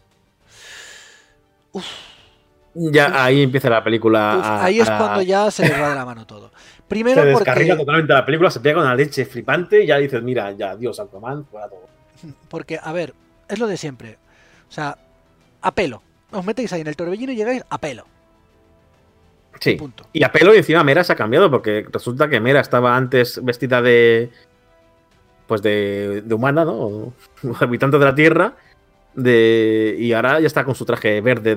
Ya ahí uf, empieza la película ahí es cuando ya se les va de la mano todo. se Primero descarrila porque, totalmente la película, se pega con la leche flipante y ya dices, mira, ya, Dios, Aquaman, fuera todo. a ver, es lo de siempre. O sea, a pelo. Os metéis ahí en el torbellino y llegáis a pelo. Y Sí. punto. Y a pelo y encima Mera se ha cambiado porque resulta que Mera estaba antes vestida de. Pues de humana, ¿no? Habitante de la Tierra. Y ahora ya está con su traje verde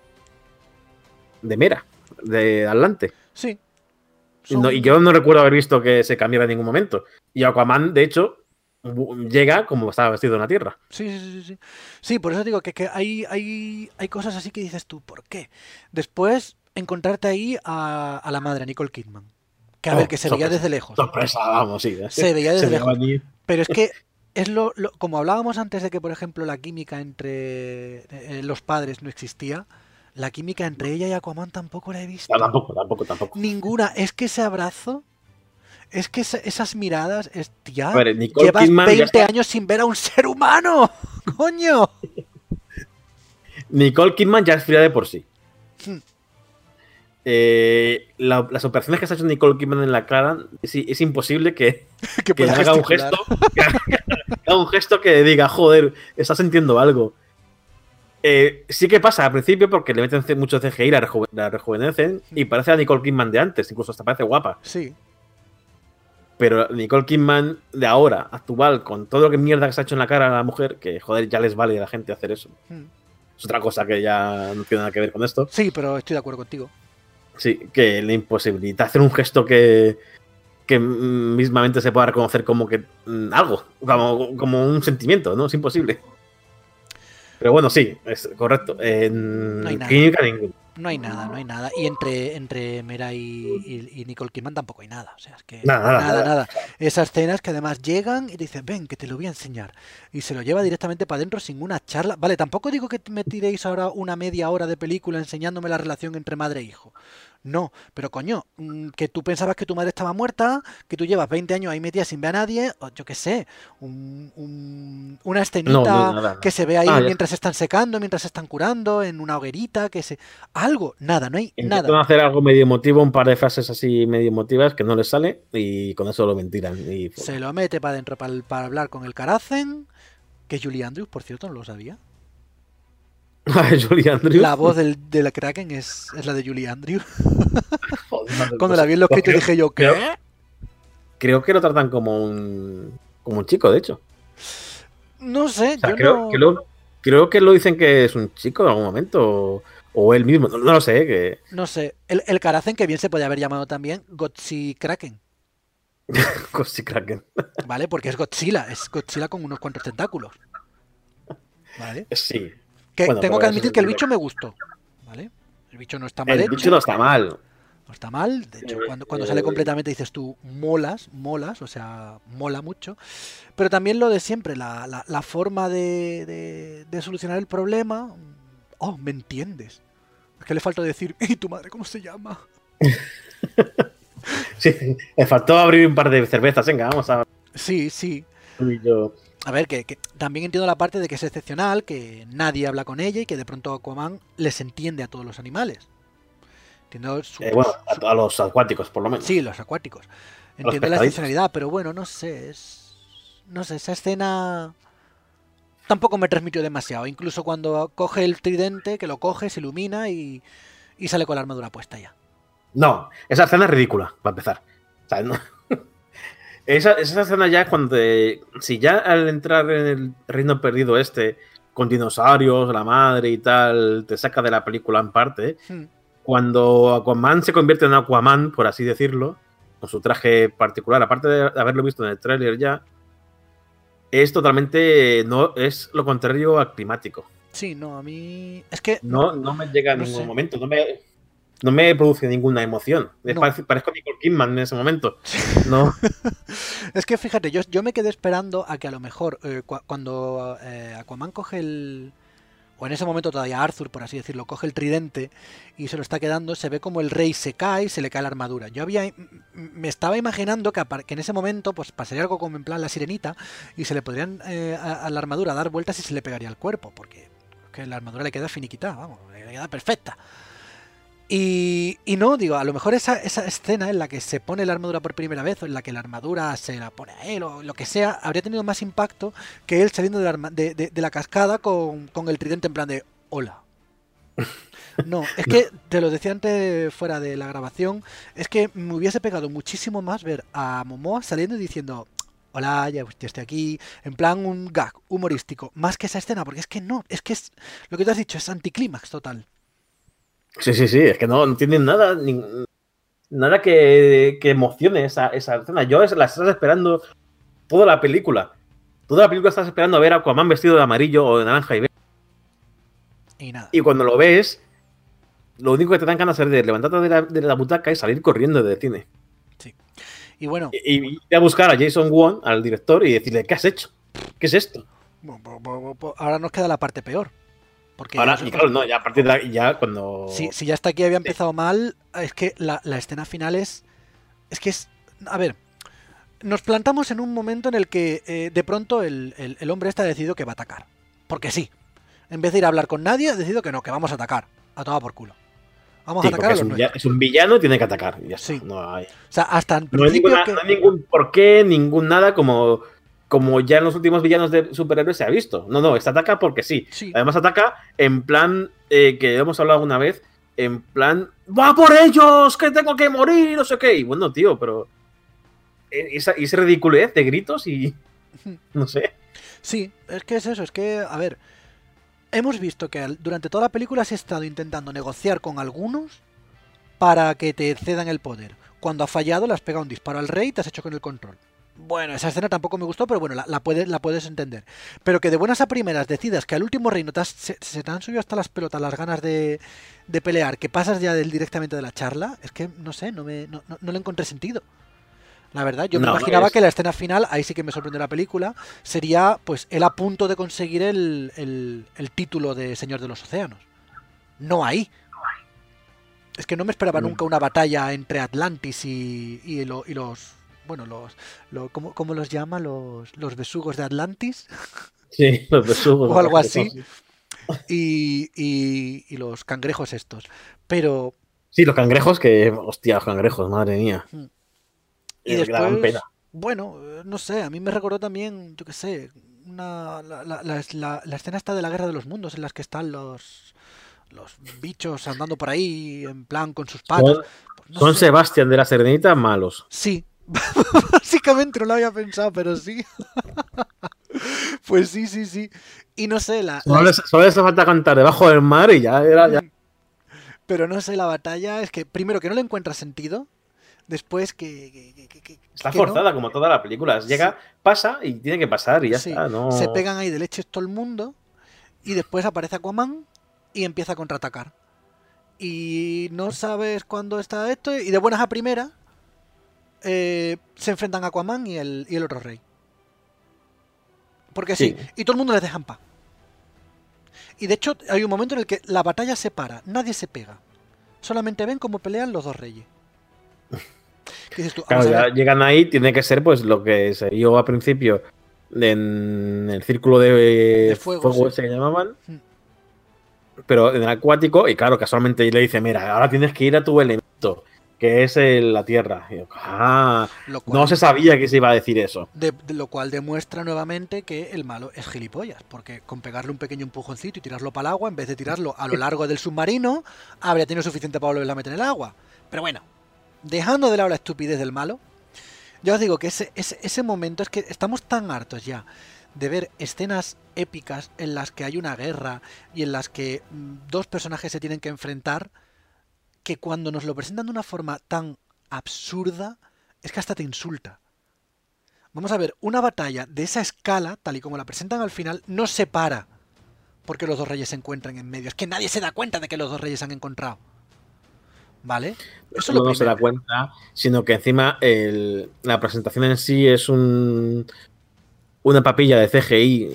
de Mera, de Atlante. Sí. Y yo no recuerdo haber visto que se cambiara en ningún momento. Y Aquaman, de hecho, llega como estaba vestido en la Tierra. Sí, sí, sí, sí. Sí, por eso digo que hay cosas así que dices tú, ¿por qué? Después, encontrarte ahí a la madre, Nicole Kidman. Que a ver, Oh, que se veía sorpresa. desde lejos. Sorpresa, vamos, sí. Se veía Se desde veía lejos. venir. Pero es que es como hablábamos antes de que, por ejemplo, la química entre los padres no existía, la química entre ella y Aquaman tampoco la he No, visto. tampoco. Ninguna. Es que ese abrazo, es que esas miradas, A tía, ver, Nicole llevas Kidman ya 20 está. años sin ver a un ser humano. ¡Coño! Nicole Kidman ya es fría de por sí. Hmm. Las operaciones que se ha hecho Nicole Kidman en la cara, es imposible que Que pueda haga un gesticular. gesto. Que haga un gesto que diga, joder, está sintiendo algo. Sí que pasa al principio porque le meten mucho CGI, la rejuvenecen y parece a Nicole Kidman de antes, incluso hasta parece guapa. Sí. Pero Nicole Kidman de ahora, actual, con todo lo que mierda que se ha hecho en la cara a la mujer, que joder, ya les vale a la gente hacer eso. Hmm. Es otra cosa que ya no tiene nada que ver con esto. Sí, pero estoy de acuerdo contigo. Sí, que le imposibilita hacer un gesto que mismamente se pueda reconocer como que algo, como un sentimiento, ¿no? Es imposible. Pero bueno, sí, es correcto. En No hay nada. clínica ninguna. No hay nada, no hay nada. Y entre Mera y Nicole Kidman tampoco hay nada. O sea, es que Nada. Esas escenas que además llegan y te dicen, ven, que te lo voy a enseñar. Y se lo lleva directamente para adentro sin una charla. Vale, tampoco digo que me tiréis ahora una media hora de película enseñándome la relación entre madre e hijo. No, pero coño, que tú pensabas que tu madre estaba muerta, que tú llevas 20 años ahí metida sin ver a nadie, o yo qué sé, una No, escenita nada. que se ve ahí Ya mientras se están secando, mientras se están curando, en una hoguerita, que se... Algo, nada, no hay intentan nada. hacer algo medio emotivo, un par de frases así medio emotivas que no les sale y con eso lo mentiran. Y Se lo mete para adentro para hablar con el Karacen, que es Julie Andrews, por cierto, no lo sabía. Julie Andrews. La voz de la Kraken es la de Julie Andrews. Joder, Cuando la vi en los créditos dije yo, ¿qué? Creo que lo tratan como un chico, de hecho. No sé, O sea, yo no... creo que lo dicen que es un chico en algún momento o él mismo, no lo sé. No sé, el Karacen que bien se puede haber llamado también Gotzi Kraken, Cosy Kraken. ¿vale? Porque es Godzilla con unos cuantos tentáculos, ¿vale? Sí. Que Bueno, tengo pero que eso admitir es que el el bicho me gustó, ¿vale? El bicho no está mal El hecho, bicho no está mal. no está mal, de hecho, cuando sale completamente dices tú, molas, o sea, mola mucho, pero también lo de siempre, la forma de solucionar el problema, oh, ¿me entiendes? Es que le falta decir, ¿y tu madre cómo se llama? Sí, me faltó abrir un par de cervezas. Venga, vamos a. Sí, sí. Tú y yo. A ver, que también entiendo la parte de que es excepcional, que nadie habla con ella y que de pronto Aquaman les entiende a todos los animales. Entiendo Bueno, a los acuáticos, por lo menos. Sí, los acuáticos. Entiendo la pescaditos. excepcionalidad, pero bueno, no sé, no sé, esa escena tampoco me transmitió demasiado. Incluso cuando coge el tridente, que lo coge, se ilumina y sale con la armadura puesta ya. No, esa escena es ridícula, para empezar. O sea, no. Esa escena ya cuando si ya al entrar en el reino perdido con dinosaurios, la madre y tal, te saca de la película en parte, cuando Aquaman se convierte en Aquaman, por así decirlo, con su traje particular, aparte de haberlo visto en el tráiler ya, es totalmente, no, es lo contrario al climático. Sí, no, a mí... Es que... No me llega en no ningún sé. momento, no me produce ninguna emoción. No. Parezco Nicole Kidman en ese momento. No. Es que fíjate, yo me quedé esperando a que a lo mejor cuando Aquaman coge el... O en ese momento todavía Arthur, por así decirlo, coge el tridente y se lo está quedando, se ve como el rey se cae y se le cae la armadura. Me estaba imaginando que en ese momento pues pasaría algo como en plan la sirenita y se le podrían a la armadura dar vueltas y se le pegaría al cuerpo, porque que la armadura le queda finiquitada, vamos, le queda perfecta. Y no, digo, a lo mejor esa escena en la que se pone la armadura por primera vez o en la que la armadura se la pone a él o lo que sea, habría tenido más impacto que él saliendo de la cascada con el tridente en plan de hola. No, es que te lo decía antes fuera de la grabación, es que me hubiese pegado muchísimo más ver a Momoa saliendo y diciendo hola, ya estoy aquí, en plan un gag humorístico, más que esa escena, porque es que no, es que es lo que tú has dicho, es anticlímax total. Sí, es que no tienen nada que emocione esa escena. Yo la estás esperando toda la película. Toda la película estás esperando a ver a Aquaman vestido de amarillo o de naranja y verde. Y nada. Y cuando lo ves, lo único que te dan ganas es de levantarte de la butaca y salir corriendo del cine. Sí. Y bueno. Y ir a buscar a Jason Wong, al director, y decirle, ¿qué has hecho? ¿Qué es esto? Ahora nos queda la parte peor. Porque ahora, y claro, no, ya a partir de ahí, ya cuando... Si ya hasta aquí había empezado mal, es que la escena final es que es... A ver, nos plantamos en un momento en el que de pronto el hombre este ha decidido que va a atacar. Porque sí. En vez de ir a hablar con nadie, ha decidido que no, que vamos a atacar. A tomar por culo. Vamos a atacar a los nuestros. Es un villano y tiene que atacar. Y ya está. Sí. No hay... O sea, hasta en no principio no hay ningún porqué, ningún nada como ya en los últimos villanos de superhéroes se ha visto. No, este ataca porque sí. Además ataca en plan, que hemos hablado una vez, en plan, ¡va por ellos! ¡Que tengo que morir! No sé qué. Y bueno, tío, pero... Esa ridiculez de gritos y... No sé. Sí, es que es eso, es que, a ver... Hemos visto que durante toda la película se ha estado intentando negociar con algunos para que te cedan el poder. Cuando ha fallado, le has pegado un disparo al rey y te has hecho con el control. Bueno, esa escena tampoco me gustó, pero bueno, la puedes entender. Pero que de buenas a primeras decidas que al último reino se te han subido hasta las pelotas las ganas de pelear, que pasas ya directamente de la charla, es que, no sé, no le encontré sentido. La verdad, yo me imaginaba que la escena final, ahí sí que me sorprendió la película, sería pues él a punto de conseguir el título de Señor de los Océanos. No ahí. Es que no me esperaba nunca una batalla entre Atlantis y los... Bueno, ¿cómo los llama? Los besugos de Atlantis. Sí, los besugos. O algo así. Y los cangrejos estos. Pero... Sí, los cangrejos que... Hostia, los cangrejos, madre mía. Y después, bueno, no sé, a mí me recordó también, yo qué sé, la escena esta de la Guerra de los Mundos en las que están los bichos andando por ahí en plan con sus patas. Son Sebastián de la Sirenita malos. Sí, básicamente no lo había pensado, pero sí. Pues sí. Y no sé, solo les falta cantar debajo del mar y ya era... Ya. Pero no sé, la batalla es que, primero, que no le encuentra sentido. Después está forzada, como toda la película. Llega, pasa y tiene que pasar y ya está. No... Se pegan ahí de leches todo el mundo y después aparece Aquaman y empieza a contraatacar. Y no sabes cuándo está esto y de buenas a primeras se enfrentan Aquaman y el otro rey. Porque sí, y todo el mundo les deja en paz. Y de hecho hay un momento en el que la batalla se para, nadie se pega. Solamente ven cómo pelean los dos reyes. Claro, ya llegan ahí, tiene que ser pues lo que se vio al principio en el círculo de fuego ese que llamaban, pero en el acuático, y claro, casualmente le dice, mira, ahora tienes que ir a tu elemento, que es la tierra. Y yo, no se sabía que se iba a decir eso. De lo cual demuestra nuevamente que el malo es gilipollas, porque con pegarle un pequeño empujoncito y tirarlo para el agua, en vez de tirarlo a lo largo del submarino, habría tenido suficiente para volverla a meter en el agua. Pero bueno, dejando de lado la estupidez del malo, ya os digo que ese momento es que estamos tan hartos ya de ver escenas épicas en las que hay una guerra y en las que dos personajes se tienen que enfrentar, que cuando nos lo presentan de una forma tan absurda es que hasta te insulta. Vamos a ver, una batalla de esa escala, tal y como la presentan al final, no se para porque los dos reyes se encuentran en medio. Es que nadie se da cuenta de que los dos reyes se han encontrado. ¿vale? No Eso es lo solo no se da primero. cuenta, sino que encima la presentación en sí es una papilla de CGI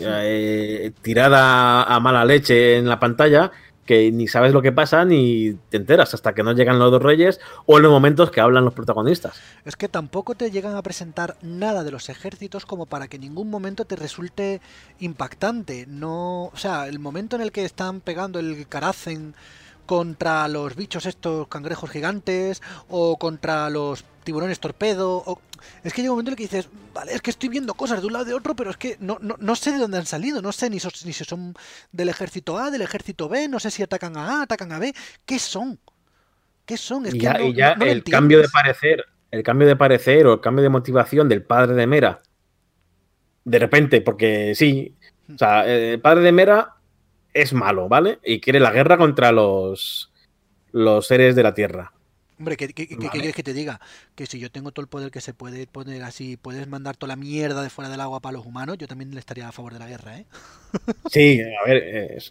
tirada a mala leche en la pantalla, que ni sabes lo que pasa ni te enteras hasta que no llegan los dos reyes o en los momentos que hablan los protagonistas. Es que tampoco te llegan a presentar nada de los ejércitos como para que en ningún momento te resulte impactante. No, o sea, el momento en el que están pegando el Karazen contra los bichos estos cangrejos gigantes o contra los tiburones torpedo, es que llega un momento en el que dices, vale, es que estoy viendo cosas de un lado y de otro, pero es que no sé de dónde han salido, no sé ni si son del ejército A, del ejército B, no sé si atacan a atacan a B, ¿qué son? ¿Qué son? Es Y que ya, y ya no lo el cambio de entiendes. parecer, o el cambio de motivación del padre de Mera, de repente, porque sí, o sea, el padre de Mera es malo, ¿vale? Y quiere la guerra contra los seres de la Tierra. Hombre, ¿qué Vale. quieres que te diga? Que si yo tengo todo el poder que se puede poner así, puedes mandar toda la mierda de fuera del agua para los humanos, yo también le estaría a favor de la guerra, ¿eh? Sí, a ver,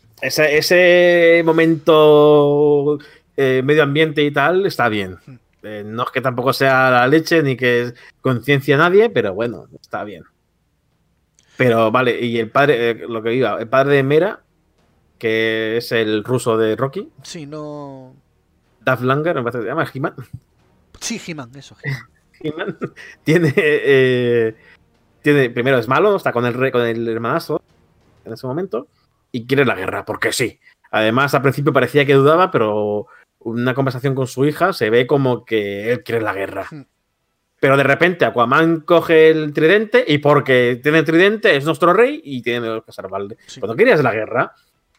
ese momento medio ambiente y tal está bien. No es que tampoco sea la leche ni que conciencia a nadie, pero bueno, está bien. Pero vale, y el padre, lo que iba, el padre de Mera, que es el ruso de Rocky, Sí, no. Duff Langer, me parece que se llama, He-Man. Sí, He-Man, eso, He-Man. He-Man tiene, primero es malo, está con el rey, con el hermanastro en ese momento, y quiere la guerra, porque sí. Además, al principio parecía que dudaba, pero una conversación con su hija se ve como que él quiere la guerra. Pero de repente Aquaman coge el tridente y porque tiene el tridente es nuestro rey y tiene que salvarle. Sí. Cuando querías la guerra,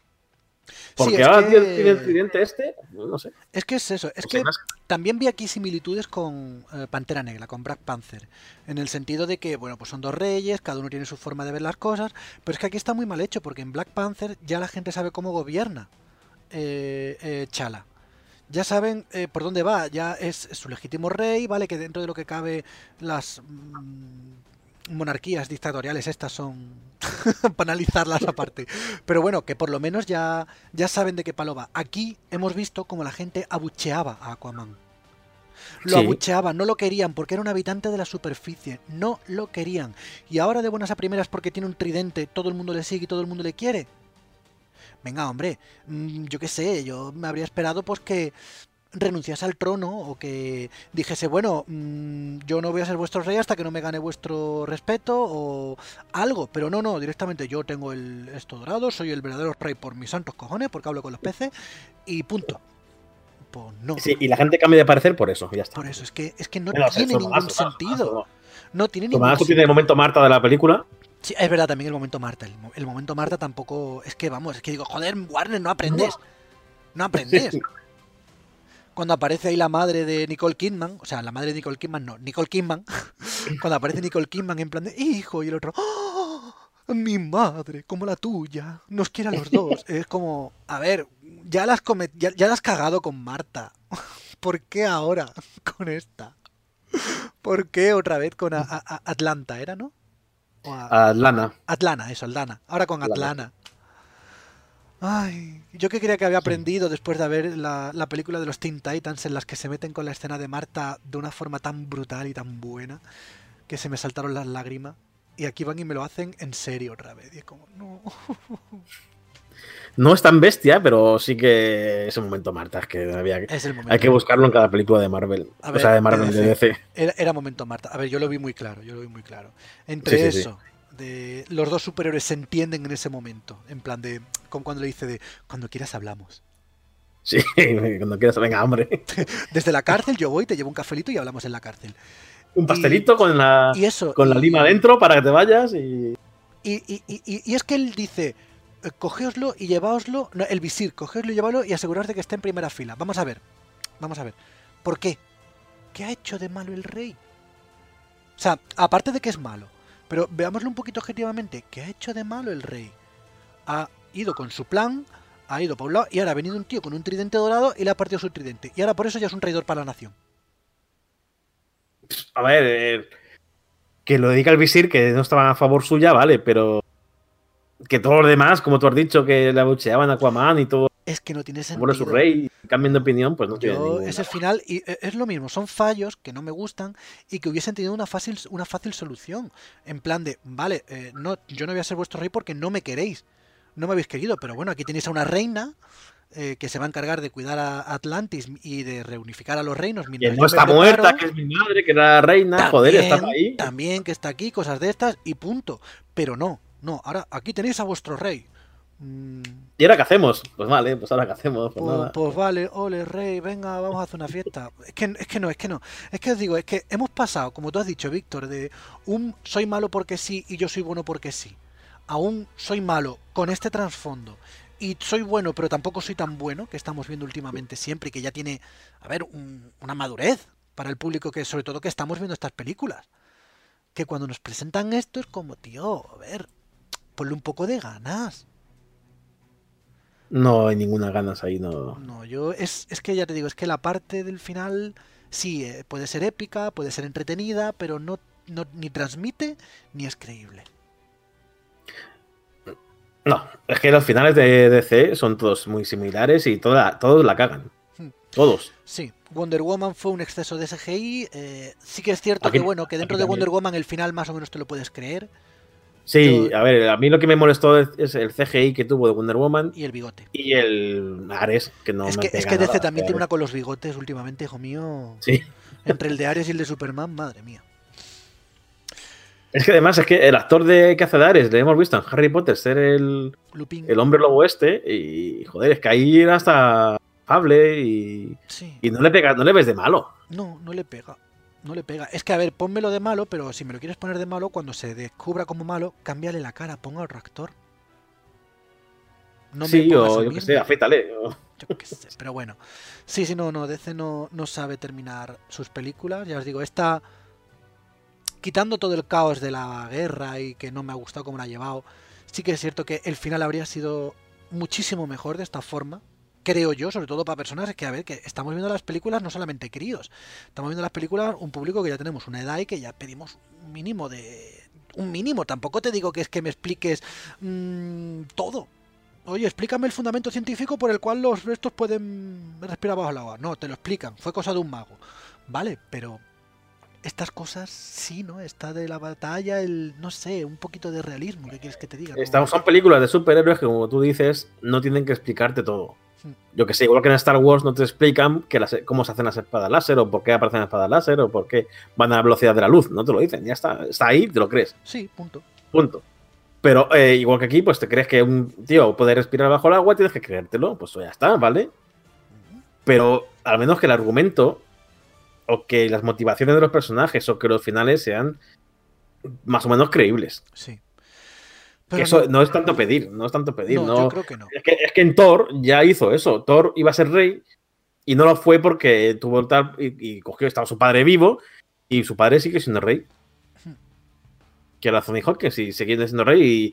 Sí, porque es ahora tiene el que. tridente este, no sé. Es que es eso, es No sé que más. también vi aquí similitudes con Pantera Negra, con Black Panther, en el sentido de que, bueno, pues son dos reyes, cada uno tiene su forma de ver las cosas, pero es que aquí está muy mal hecho, porque en Black Panther ya la gente sabe cómo gobierna Chala. Ya saben por dónde va, ya es su legítimo rey, vale, que dentro de lo que cabe las monarquías dictatoriales estas son para analizarlas aparte. Pero bueno, que por lo menos ya saben de qué palo va. Aquí hemos visto como la gente abucheaba a Aquaman. Lo Sí, abucheaban, no lo querían porque era un habitante de la superficie, no lo querían. Y ahora de buenas a primeras porque tiene un tridente, todo el mundo le sigue y todo el mundo le quiere. Venga, hombre, yo qué sé, yo me habría esperado pues que renunciase al trono o que dijese, bueno, yo no voy a ser vuestro rey hasta que no me gane vuestro respeto o algo, pero no, directamente yo tengo esto dorado, soy el verdadero rey por mis santos cojones, porque hablo con los peces y punto. Pues no, sí, y la gente cambia de parecer por eso, ya está. por eso es que no No sé, tiene ningún sentido. No tiene Su ningún manazo tiene el sentido. momento Marta de la película. Sí, es verdad, también el momento Marta. El momento Marta tampoco. Es que vamos, es que digo, joder, Warner, no aprendes. No aprendes. Cuando aparece ahí la madre de Nicole Kidman, o sea, la madre de Nicole Kidman, no, Nicole Kidman, cuando aparece Nicole Kidman en plan de hijo y el otro, ¡oh! Mi madre, como la tuya, nos quiere a los dos. Es como, a ver, ya la has cagado con Marta. ¿Por qué ahora con esta? ¿Por qué otra vez con Atlanta, era, no? O Lana. Atlana, eso, Aldana. Ahora con Lana. Atlana. Ay, yo que creía que había aprendido después de ver la película de los Teen Titans en las que se meten con la escena de Marta de una forma tan brutal y tan buena que se me saltaron las lágrimas. Y aquí van y me lo hacen en serio otra vez. Y es como, no. No es tan bestia, pero sí que es un momento Marta. Es que Es el hay momento. que buscarlo en cada película de Marvel. A O sea, ver, de Marvel, de DC. Era momento Marta. A ver, yo lo vi muy claro, yo lo vi muy claro. Sí, Entre sí, sí. eso, de los dos superhéroes se entienden en ese momento. En plan de, como cuando le dice de, cuando quieras hablamos. Sí, cuando quieras, venga, hombre. Desde la cárcel yo voy, te llevo un cafelito y hablamos en la cárcel. Un Y, pastelito con y eso, con la lima dentro para que te vayas y es que él dice, cogeoslo y llevaoslo, no, el visir, cogeoslo y llevaoslo y aseguraos de que esté en primera fila. Vamos a ver, vamos a ver. ¿Por qué? ¿Qué ha hecho de malo el rey? O sea, aparte de que es malo, pero veámoslo un poquito objetivamente, ¿qué ha hecho de malo el rey? Ha ido con su plan, ha ido por un lado y ahora ha venido un tío con un tridente dorado y le ha partido su tridente. Y ahora por eso ya es un traidor para la nación. A ver, que lo dedica al visir, que no estaban a favor suya, vale, pero que todos los demás, como tú has dicho, que le abucheaban a Aquaman y todo Es que no tiene Por su sentido. rey, cambian de opinión, pues no tiene ninguna. Es el final y es lo mismo, son fallos que no me gustan y que hubiesen tenido una fácil solución. En plan de, vale, no, yo no voy a ser vuestro rey porque no me queréis, no me habéis querido, pero bueno, aquí tenéis a una reina que se va a encargar de cuidar a Atlantis y de reunificar a los reinos. Que no está muerta, que es mi madre, que era la reina, también, joder, está ahí. También que está aquí, cosas de estas y punto. Pero no, ahora aquí tenéis a vuestro rey. ¿Y ahora qué hacemos? Pues vale, pues ahora qué hacemos. Pues vale, ole, rey, venga, vamos a hacer una fiesta. Es que no. Es que os digo, es que hemos pasado, como tú has dicho, Víctor, de un soy malo porque sí y yo soy bueno porque sí, a un soy malo con este trasfondo y soy bueno pero tampoco soy tan bueno, que estamos viendo últimamente siempre y que ya tiene, a ver, una madurez para el público que, sobre todo, que estamos viendo estas películas. Que cuando nos presentan esto es como, tío, a ver, ponle un poco de ganas. No hay ninguna ganas ahí, no. No, es que ya te digo, es que la parte del final sí, puede ser épica, puede ser entretenida, pero no ni transmite ni es creíble. No, es que los finales de DC son todos muy similares y todos la cagan. Todos. Sí, Wonder Woman fue un exceso de CGI. Sí que es cierto que dentro de Wonder Woman el final más o menos te lo puedes creer. Sí, a ver, a mí lo que me molestó es el CGI que tuvo de Wonder Woman. Y el bigote. Y el Ares, que no es me que, pega es que DC nada, también tiene una con los bigotes últimamente, hijo mío. Sí. Entre el de Ares y el de Superman, madre mía. Es que además es que el actor que hace de Ares, le hemos visto en Harry Potter ser el hombre lobo y joder, es que ahí era hasta afable y no le pega, no le ves de malo. No le pega. No le pega. Es que, a ver, pónmelo de malo, pero si me lo quieres poner de malo, cuando se descubra como malo, cámbiale la cara, ponga otro actor. No sí, o yo que sé, afeítale. Yo qué sé, pero bueno. Sí, no, DC no sabe terminar sus películas. Ya os digo, esta, quitando todo el caos de la guerra y que no me ha gustado cómo la ha llevado, sí que es cierto que el final habría sido muchísimo mejor de esta forma. Creo yo, sobre todo para personas, es que, a ver, que estamos viendo las películas no solamente críos, estamos viendo las películas un público que ya tenemos una edad y que ya pedimos un mínimo, tampoco te digo que es que me expliques todo. Oye, explícame el fundamento científico por el cual los restos pueden respirar bajo el agua. No, te lo explican, fue cosa de un mago. Vale, pero estas cosas sí, ¿no? Está de la batalla, no sé, un poquito de realismo, ¿qué quieres que te diga? ¿No? Son películas de superhéroes que, como tú dices, no tienen que explicarte todo. Yo que sé, igual que en Star Wars no te explican cómo se hacen las espadas láser o por qué aparecen las espadas láser o por qué van a la velocidad de la luz. No te lo dicen, ya está ahí, te lo crees. Sí, punto. Pero igual que aquí, pues te crees que un tío puede respirar bajo el agua, tienes que creértelo, pues ya está, ¿vale? Pero al menos que el argumento o que las motivaciones de los personajes o que los finales sean más o menos creíbles. Sí. Pero eso no es tanto pedir, no. Yo creo que no. Es que en Thor ya hizo eso. Thor iba a ser rey y no lo fue porque tuvo tal y cogió, estaba su padre vivo y su padre sigue siendo rey. Que era Anthony Hopkins y sigue siendo rey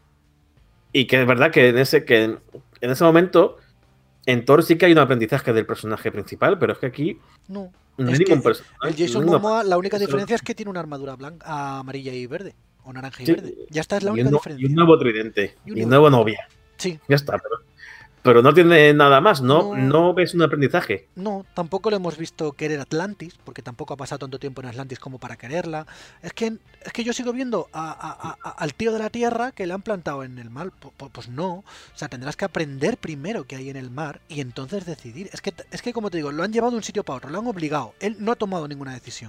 y que es verdad que en ese momento en Thor sí que hay un aprendizaje del personaje principal, pero es que aquí no hay ningún personaje. El Jason Momoa, la única diferencia es que tiene una armadura blanca, amarilla y verde. O naranja y verde. Ya está, es la única diferencia. Y un nuevo tridente. Y un nuevo novia. Sí. Ya está, pero no tiene nada más. No ves un aprendizaje. No, tampoco lo hemos visto querer Atlantis, porque tampoco ha pasado tanto tiempo en Atlantis como para quererla. Es que yo sigo viendo al tío de la tierra que le han plantado en el mar. Pues no. O sea, tendrás que aprender primero qué hay en el mar y entonces decidir. Es que como te digo, lo han llevado de un sitio para otro, lo han obligado. Él no ha tomado ninguna decisión.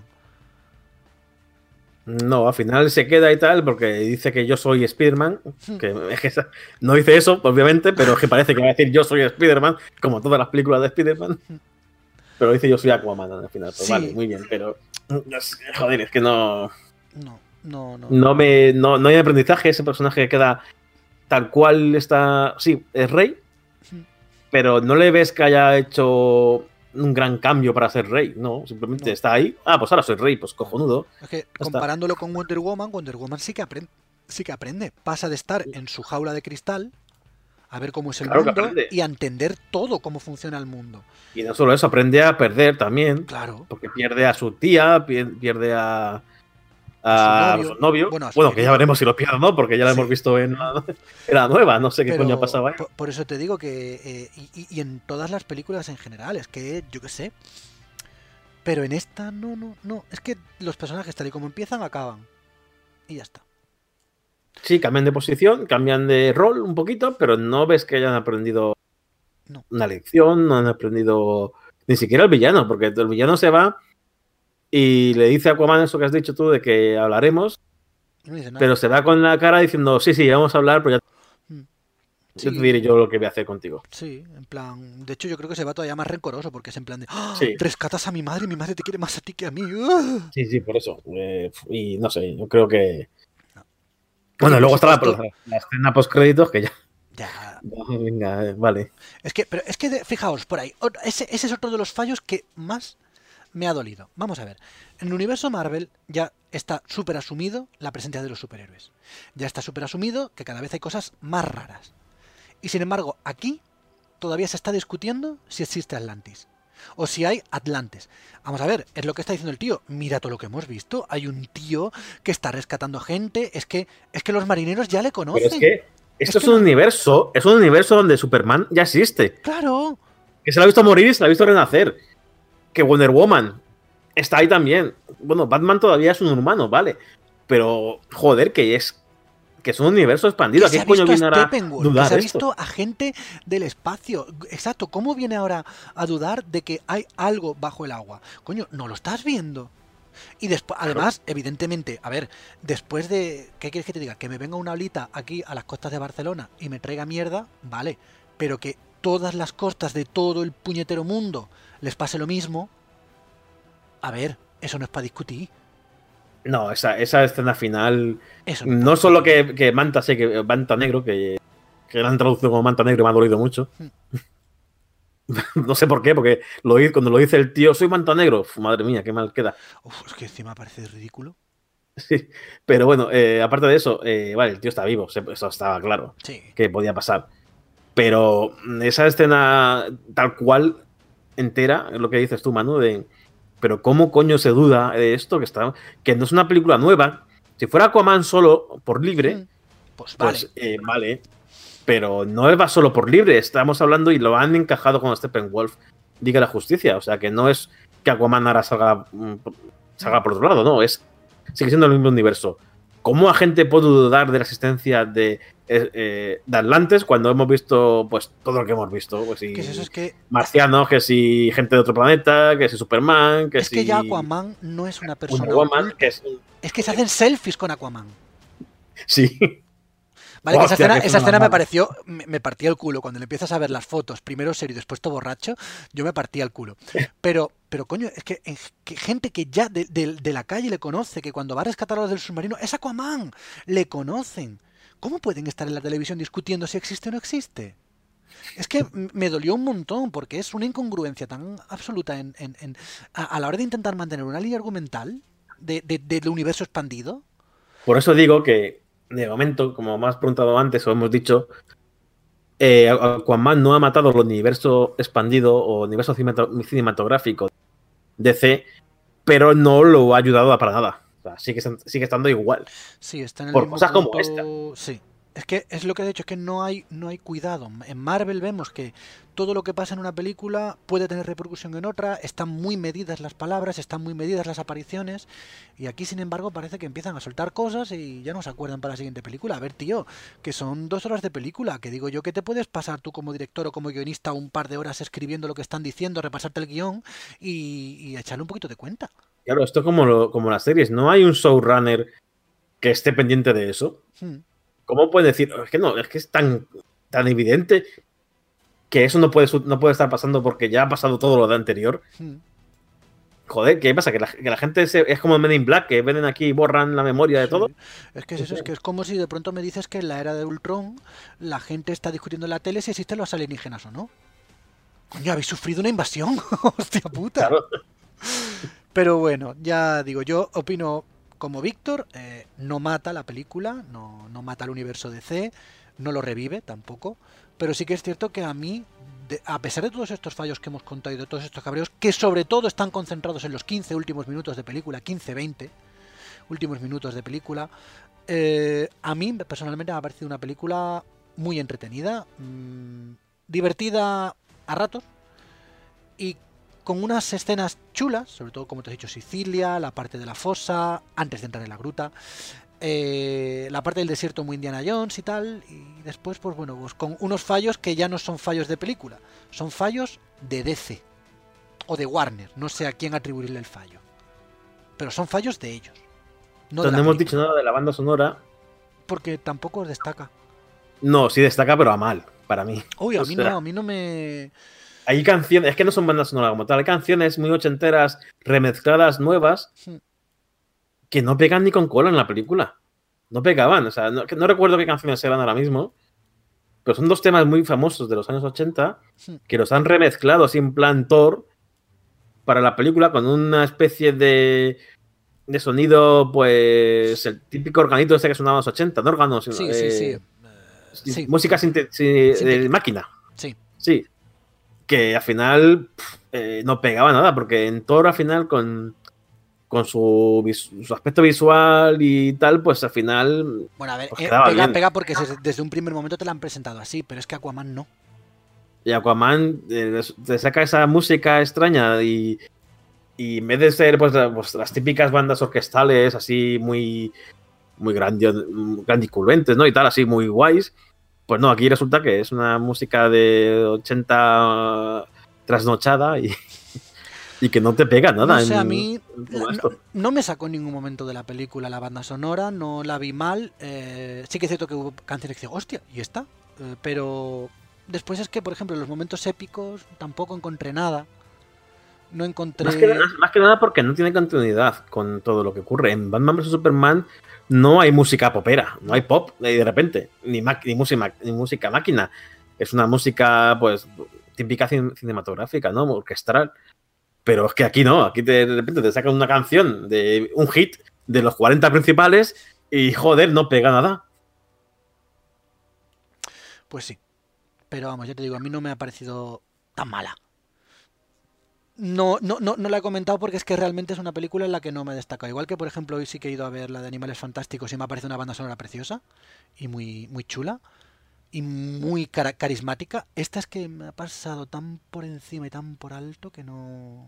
No, al final se queda y tal porque dice que yo soy Spider-Man, que no dice eso, obviamente, pero es que parece que va a decir yo soy Spider-Man, como todas las películas de Spider-Man, pero dice yo soy Aquaman al final, pues sí. Vale, muy bien, pero joder, es que no hay aprendizaje, ese personaje queda tal cual está, sí, es rey, pero no le ves que haya hecho un gran cambio para ser rey, no, simplemente está ahí. Ah, pues ahora soy rey, pues cojonudo. Es que comparándolo con Wonder Woman sí que aprende. Pasa de estar en su jaula de cristal a ver cómo es el mundo y a entender todo cómo funciona el mundo. Y no solo eso, aprende a perder también. Claro. Porque pierde a su tía, pierde a a su novio. Bueno, Que ya veremos si lo pillan o no, porque ya lo hemos visto en la nueva. No sé qué coño ha pasado ahí. Por eso te digo que... y en todas las películas en general, es que yo qué sé. Pero en esta no. Es que los personajes tal y como empiezan, acaban. Y ya está. Sí, cambian de posición, cambian de rol un poquito, pero no ves que hayan aprendido una lección, no han aprendido ni siquiera el villano, porque el villano se va y le dice a Aquaman eso que has dicho tú de que hablaremos, no dice nada. Pero se va con la cara diciendo, sí, vamos a hablar, pero ya yo te diré yo lo que voy a hacer contigo. Sí, en plan, de hecho yo creo que se va todavía más rencoroso, porque es en plan de, rescatas a mi madre y mi madre te quiere más a ti que a mí. Sí, por eso. Y no sé, yo creo que... Bueno, luego está la escena post-créditos que ya. Venga, vale. Es que fijaos, por ahí, ese es otro de los fallos que más me ha dolido. Vamos a ver, en el universo Marvel ya está súper asumido la presencia de los superhéroes. Ya está súper asumido que cada vez hay cosas más raras. Y sin embargo, aquí todavía se está discutiendo si existe Atlantis. O si hay Atlantes. Vamos a ver, es lo que está diciendo el tío. Mira todo lo que hemos visto. Hay un tío que está rescatando gente. Es que los marineros ya le conocen. Pero es que esto es un universo donde Superman ya existe. Claro. Que se la ha visto morir y se la ha visto renacer. Que Wonder Woman está ahí también. Bueno, Batman todavía es un humano, vale. Pero, joder, que es un universo expandido. ¿A qué coño viene ahora a dudar? Se ha visto a gente del espacio. Exacto. ¿Cómo viene ahora a dudar de que hay algo bajo el agua? Coño, ¿no lo estás viendo? Y después, además, evidentemente, a ver, después de... ¿Qué quieres que te diga? Que me venga una olita aquí a las costas de Barcelona y me traiga mierda, vale. Pero que todas las costas de todo el puñetero mundo les pase lo mismo, a ver, eso no es para discutir. No, esa escena final... No solo que Manta Negro, que la han traducido como Manta Negro y me ha dolido mucho. No sé por qué, porque cuando lo dice el tío, soy Manta Negro, madre mía, qué mal queda. Es que encima parece ridículo. Sí, pero bueno, aparte de eso, vale, el tío está vivo, eso estaba claro, que podía pasar. Pero esa escena tal cual, entera, es lo que dices tú, Manu, pero ¿cómo coño se duda de esto? Que no es una película nueva. Si fuera Aquaman solo, por libre, pues vale. Pero no va solo por libre. Estamos hablando y lo han encajado con Steppenwolf, diga la justicia. O sea, que no es que Aquaman ahora salga por otro lado, no. Sigue siendo el mismo universo. ¿Cómo la gente puede dudar de la existencia de Atlantes cuando hemos visto pues todo lo que hemos visto? Pues si marcianos, que si gente de otro planeta, que si Superman, que si... Es que ya Aquaman no es una persona Woman, es que se hacen selfies con Aquaman. Sí. Vale, hostia, que esa escena me partía el culo. Cuando le empiezas a ver las fotos, primero serio y después todo borracho, yo me partía el culo. Pero coño, es que gente que ya de la calle le conoce, que cuando va a rescatar a los del submarino, es Aquaman, le conocen. ¿Cómo pueden estar en la televisión discutiendo si existe o no existe? Es que me dolió un montón, porque es una incongruencia tan absoluta a la hora de intentar mantener una línea argumental del universo expandido. Por eso digo que de momento, como me has preguntado antes o hemos dicho, Aquaman no ha matado el universo expandido o universo cinematográfico DC, pero no lo ha ayudado para nada. O sea, sigue estando igual. Sí, está en el por mismo cosas punto, como esta. Sí. Es que es lo que he dicho, es que no hay cuidado. En Marvel vemos que todo lo que pasa en una película puede tener repercusión en otra, están muy medidas las palabras, están muy medidas las apariciones, y aquí sin embargo parece que empiezan a soltar cosas y ya no se acuerdan para la siguiente película. A ver, tío, que son 2 horas de película, que digo yo que te puedes pasar tú como director o como guionista un par de horas escribiendo lo que están diciendo, repasarte el guión y echarle un poquito de cuenta. Claro, esto es como las series, no hay un showrunner que esté pendiente de eso. ¿Cómo puede decir? Es que es tan evidente que eso no puede estar pasando porque ya ha pasado todo lo de anterior. Joder, ¿qué pasa? Que la gente es como Men in Black, que ven aquí y borran la memoria de todo. Es que es como si de pronto me dices que en la era de Ultron la gente está discutiendo en la tele si existen los alienígenas o no. Coño, habéis sufrido una invasión. Hostia puta. Claro. Pero bueno, ya digo, yo opino como Víctor, no mata la película, no mata el universo DC, no lo revive tampoco, pero sí que es cierto que a mí, a pesar de todos estos fallos que hemos contado y de todos estos cabreos, que sobre todo están concentrados en los 15 últimos minutos de película, 15-20, últimos minutos de película. A mí personalmente me ha parecido una película muy entretenida, divertida a ratos y con unas escenas chulas, sobre todo como te he dicho, Sicilia, la parte de la fosa, antes de entrar en la gruta, la parte del desierto muy Indiana Jones y tal, y después pues bueno, pues con unos fallos que ya no son fallos de película, son fallos de DC o de Warner, no sé a quién atribuirle el fallo, pero son fallos de ellos. No Entonces, no hemos dicho nada de la banda sonora. Porque tampoco os destaca. No, sí destaca, pero a mal, para mí. Uy, a mí no me... Hay canciones, es que no son bandas sonoras como tal, hay canciones muy ochenteras, remezcladas, nuevas, que no pegan ni con cola en la película. No pegaban, o sea, no recuerdo qué canciones eran ahora mismo, pero son dos temas muy famosos de los años 80 que los han remezclado así en plan Thor para la película con una especie de sonido, pues el típico organito ese que sonaba en los 80, no órganos, sí. Música de máquina. Sí. Que al final no pegaba nada, porque en Thor al final con su aspecto visual y tal, pues al final... Bueno, a ver, pues pega porque desde un primer momento te la han presentado así, pero es que Aquaman no. Y Aquaman te saca esa música extraña y en vez de ser pues las típicas bandas orquestales así muy grandiculentes, ¿no? Y tal, así muy guays, pues no, aquí resulta que es una música de 80 trasnochada y que no te pega nada. No sé, a mí no me sacó en ningún momento de la película la banda sonora, no la vi mal. Sí que es cierto que hubo canciones que dije, hostia, y está. Pero después es que, por ejemplo, en los momentos épicos tampoco encontré nada. No encontré... Más que nada porque no tiene continuidad con todo lo que ocurre. En Batman vs Superman no hay música popera, no hay pop de repente, ni música máquina. Es una música, pues, típica cinematográfica, ¿no? Orquestral. Pero es que aquí no, aquí de repente te sacan una canción de un hit de los 40 principales y, joder, no pega nada. Pues sí. Pero vamos, ya te digo, a mí no me ha parecido tan mala. No la he comentado porque es que realmente es una película en la que no me ha destacado. Igual que, por ejemplo, hoy sí que he ido a ver la de Animales Fantásticos y me ha parecido una banda sonora preciosa y muy, muy chula y muy carismática. Esta es que me ha pasado tan por encima y tan por alto que no.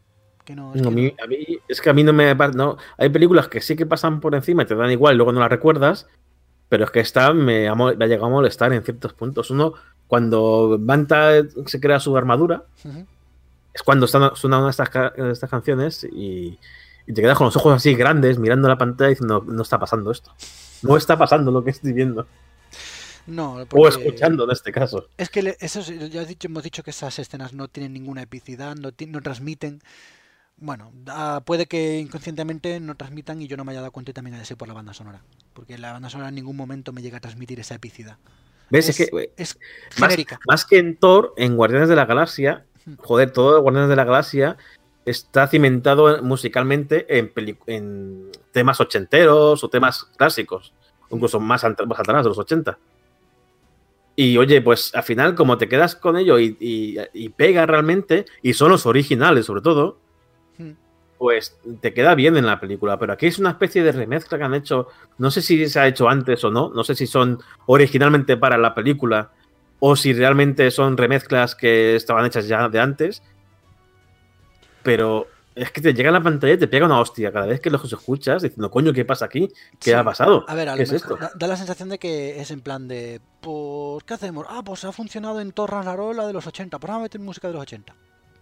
A mí no me... No, hay películas que sí que pasan por encima y te dan igual y luego no las recuerdas, pero es que esta me ha llegado a molestar en ciertos puntos. Uno, cuando Manta se crea su armadura... Es cuando están sonando estas canciones y te quedas con los ojos así grandes mirando la pantalla y diciendo, no está pasando esto. No está pasando lo que estoy viendo. No, o escuchando en este caso. Es que ya hemos dicho que esas escenas no tienen ninguna epicidad, no transmiten. Bueno, puede que inconscientemente no transmitan y yo no me haya dado cuenta y también ha de ser por la banda sonora. Porque la banda sonora en ningún momento me llega a transmitir esa epicidad. ¿Ves? Es genérica. Más que en Thor, en Guardianes de la Galaxia... Joder, todo Guardianes de la Galaxia está cimentado musicalmente en temas ochenteros o temas clásicos, incluso más atrás de los 80. Y oye, pues al final, como te quedas con ello y pega realmente, y son los originales sobre todo, pues te queda bien en la película. Pero aquí es una especie de remezcla que han hecho, no sé si se ha hecho antes o no sé si son originalmente para la película o si realmente son remezclas que estaban hechas ya de antes. Pero es que te llega a la pantalla y te pega una hostia cada vez que los escuchas diciendo, coño, ¿qué pasa aquí? ¿Qué ha pasado? A ver, ¿Qué es esto? Da la sensación de que es en plan de, pues, ¿qué hacemos? Pues ha funcionado en Thor Ragnarok la de los 80, pues vamos a meter música de los 80.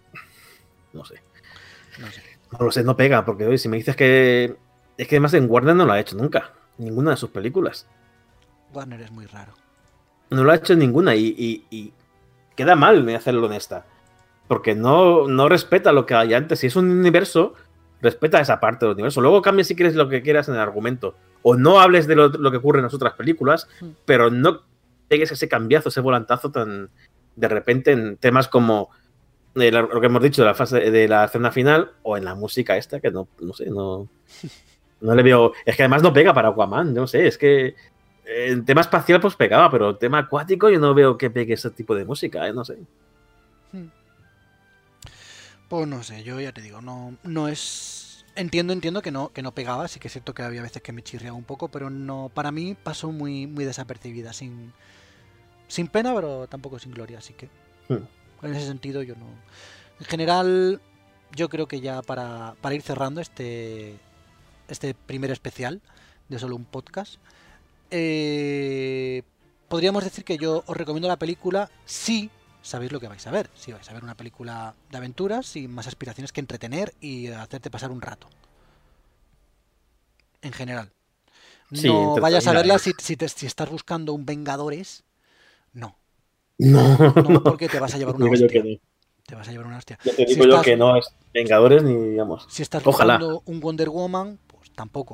No sé. No lo sé, no pega, porque hoy si me dices que... Es que además en Warner no lo ha hecho nunca. Ninguna de sus películas. Warner es muy raro. No lo ha hecho ninguna y queda mal de hacerlo en esta. Porque no respeta lo que hay antes. Si es un universo, respeta esa parte del universo. Luego cambia si quieres lo que quieras en el argumento. O no hables de lo que ocurre en las otras películas, pero no pegues ese cambiazo, ese volantazo tan de repente en temas como lo que hemos dicho de la fase de la escena final o en la música esta, que no sé, no le veo. Es que además no pega para Aquaman, no sé, es que en tema espacial pues pegaba, pero en tema acuático yo no veo que pegue ese tipo de música, no sé. Pues no sé, yo ya te digo, no es Entiendo que no pegaba, sí que es cierto que había veces que me chirriaba un poco, pero no, para mí pasó muy desapercibida, sin pena, pero tampoco sin gloria, así que en ese sentido yo no. En general, yo creo que ya para ir cerrando este primer especial de Solo un Podcast, podríamos decir que yo os recomiendo la película si sabéis lo que vais a ver. Si vais a ver una película de aventuras sin más aspiraciones que entretener y hacerte pasar un rato. En general. Sí, No vayas a verla entretenida. si estás buscando un Vengadores. No. No, No, porque te vas a llevar una digo yo que hostia. no. Te vas a llevar una hostia. Ya te Si digo yo estás, que no es Vengadores ni digamos. si estás Ojalá. buscando un Wonder Woman, pues tampoco.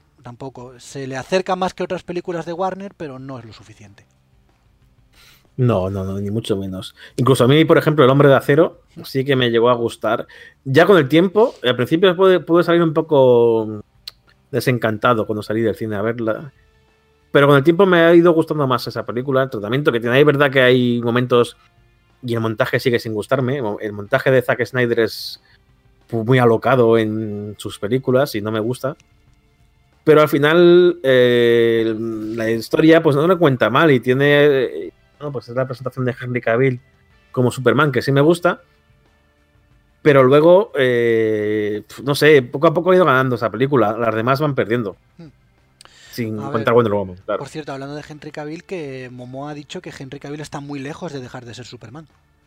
Se le acerca más que otras películas de Warner, pero no es lo suficiente. No, ni mucho menos. Incluso a mí, por ejemplo, El Hombre de Acero sí que me llegó a gustar. Ya con el tiempo, al principio pude salir un poco desencantado cuando salí del cine a verla. Pero con el tiempo me ha ido gustando más esa película, el tratamiento que tiene. Es verdad que hay momentos y el montaje sigue sin gustarme. El montaje de Zack Snyder es muy alocado en sus películas y no me gusta. Pero al final la historia pues no le cuenta mal y tiene... pues es la presentación de Henry Cavill como Superman, que sí me gusta. Pero luego, no sé, poco a poco ha ido ganando esa película. Las demás van perdiendo. Sin contar Wonder Woman, claro. Por cierto, hablando de Henry Cavill, que Momoa ha dicho que Henry Cavill está muy lejos de dejar de ser Superman.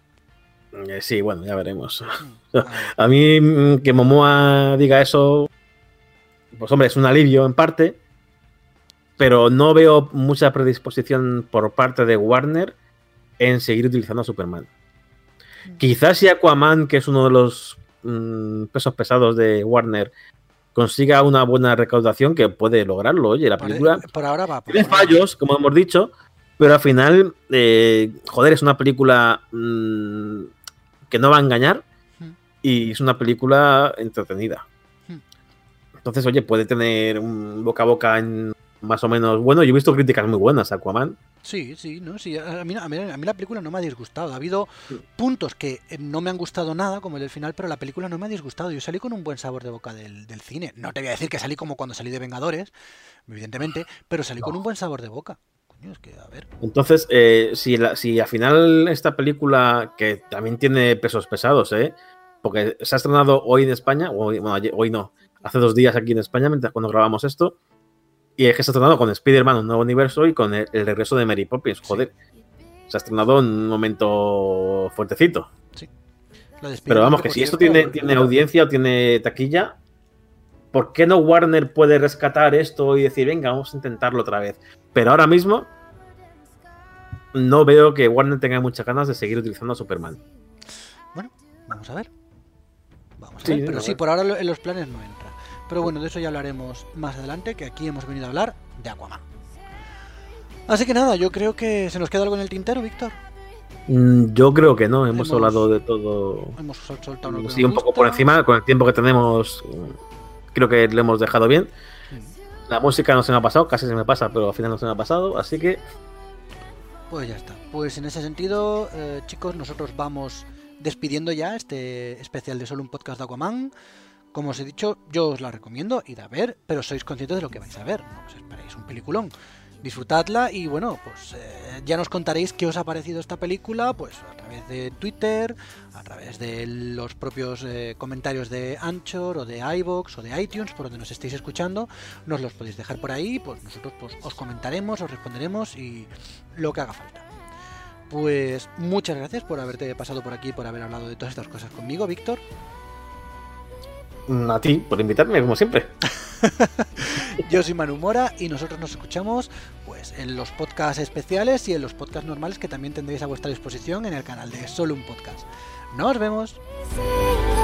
Sí, bueno, ya veremos. A mí que Momoa diga eso, pues hombre, es un alivio en parte, pero no veo mucha predisposición por parte de Warner en seguir utilizando a Superman. Quizás si Aquaman, que es uno de los pesos pesados de Warner, consiga una buena recaudación, que puede lograrlo. Oye, la película por ahora va. Tiene fallos, como hemos dicho, pero al final, joder, es una película que no va a engañar y es una película entretenida. Entonces, oye, puede tener un boca a boca más o menos bueno. Yo he visto críticas muy buenas a Aquaman. Sí, no, sí. A mí la película no me ha disgustado. Ha habido puntos que no me han gustado nada, como el del final, pero la película no me ha disgustado. Yo salí con un buen sabor de boca del cine. No te voy a decir que salí como cuando salí de Vengadores, evidentemente, pero salí con un buen sabor de boca. Coño, es que, a ver. Entonces, si al final esta película, que también tiene pesos pesados, porque se ha estrenado hoy en España, hoy no, hace 2 días aquí en España, mientras cuando grabamos esto, y es que se ha estrenado con Spider-Man, un nuevo universo, y con el regreso de Mary Poppins. Joder, se ha estrenado en un momento fuertecito. Sí. Pero vamos, que si esto tiene audiencia o tiene taquilla, ¿por qué no Warner puede rescatar esto y decir, venga, vamos a intentarlo otra vez? Pero ahora mismo no veo que Warner tenga muchas ganas de seguir utilizando a Superman. Bueno, vamos a ver. Pero sí, por ahora en los planes no entra. Pero bueno, de eso ya hablaremos más adelante, que aquí hemos venido a hablar de Aquaman. Así que nada, yo creo que se nos queda algo en el tintero, Víctor. Yo creo que no, hemos hablado de todo. Hemos soltado uno sí, un poco por encima, con el tiempo que tenemos, creo que lo hemos dejado bien. La música no se me ha pasado, casi se me pasa, pero al final no se me ha pasado, así que... Pues ya está. Pues en ese sentido, chicos, nosotros vamos despidiendo ya este especial de Solo un Podcast de Aquaman. Como os he dicho, yo os la recomiendo, id a ver, pero sois conscientes de lo que vais a ver, no os esperéis un peliculón. Disfrutadla y bueno, pues ya nos contaréis qué os ha parecido esta película, pues a través de Twitter, a través de los propios comentarios de Anchor o de iVoox o de iTunes, por donde nos estéis escuchando, nos los podéis dejar por ahí, pues nosotros pues, os comentaremos, os responderemos y lo que haga falta. Pues muchas gracias por haberte pasado por aquí, por haber hablado de todas estas cosas conmigo, Víctor. A ti, por invitarme, como siempre. Yo soy Manu Mora y nosotros nos escuchamos pues en los podcasts especiales y en los podcasts normales que también tendréis a vuestra disposición en el canal de Solo un Podcast. ¡Nos vemos!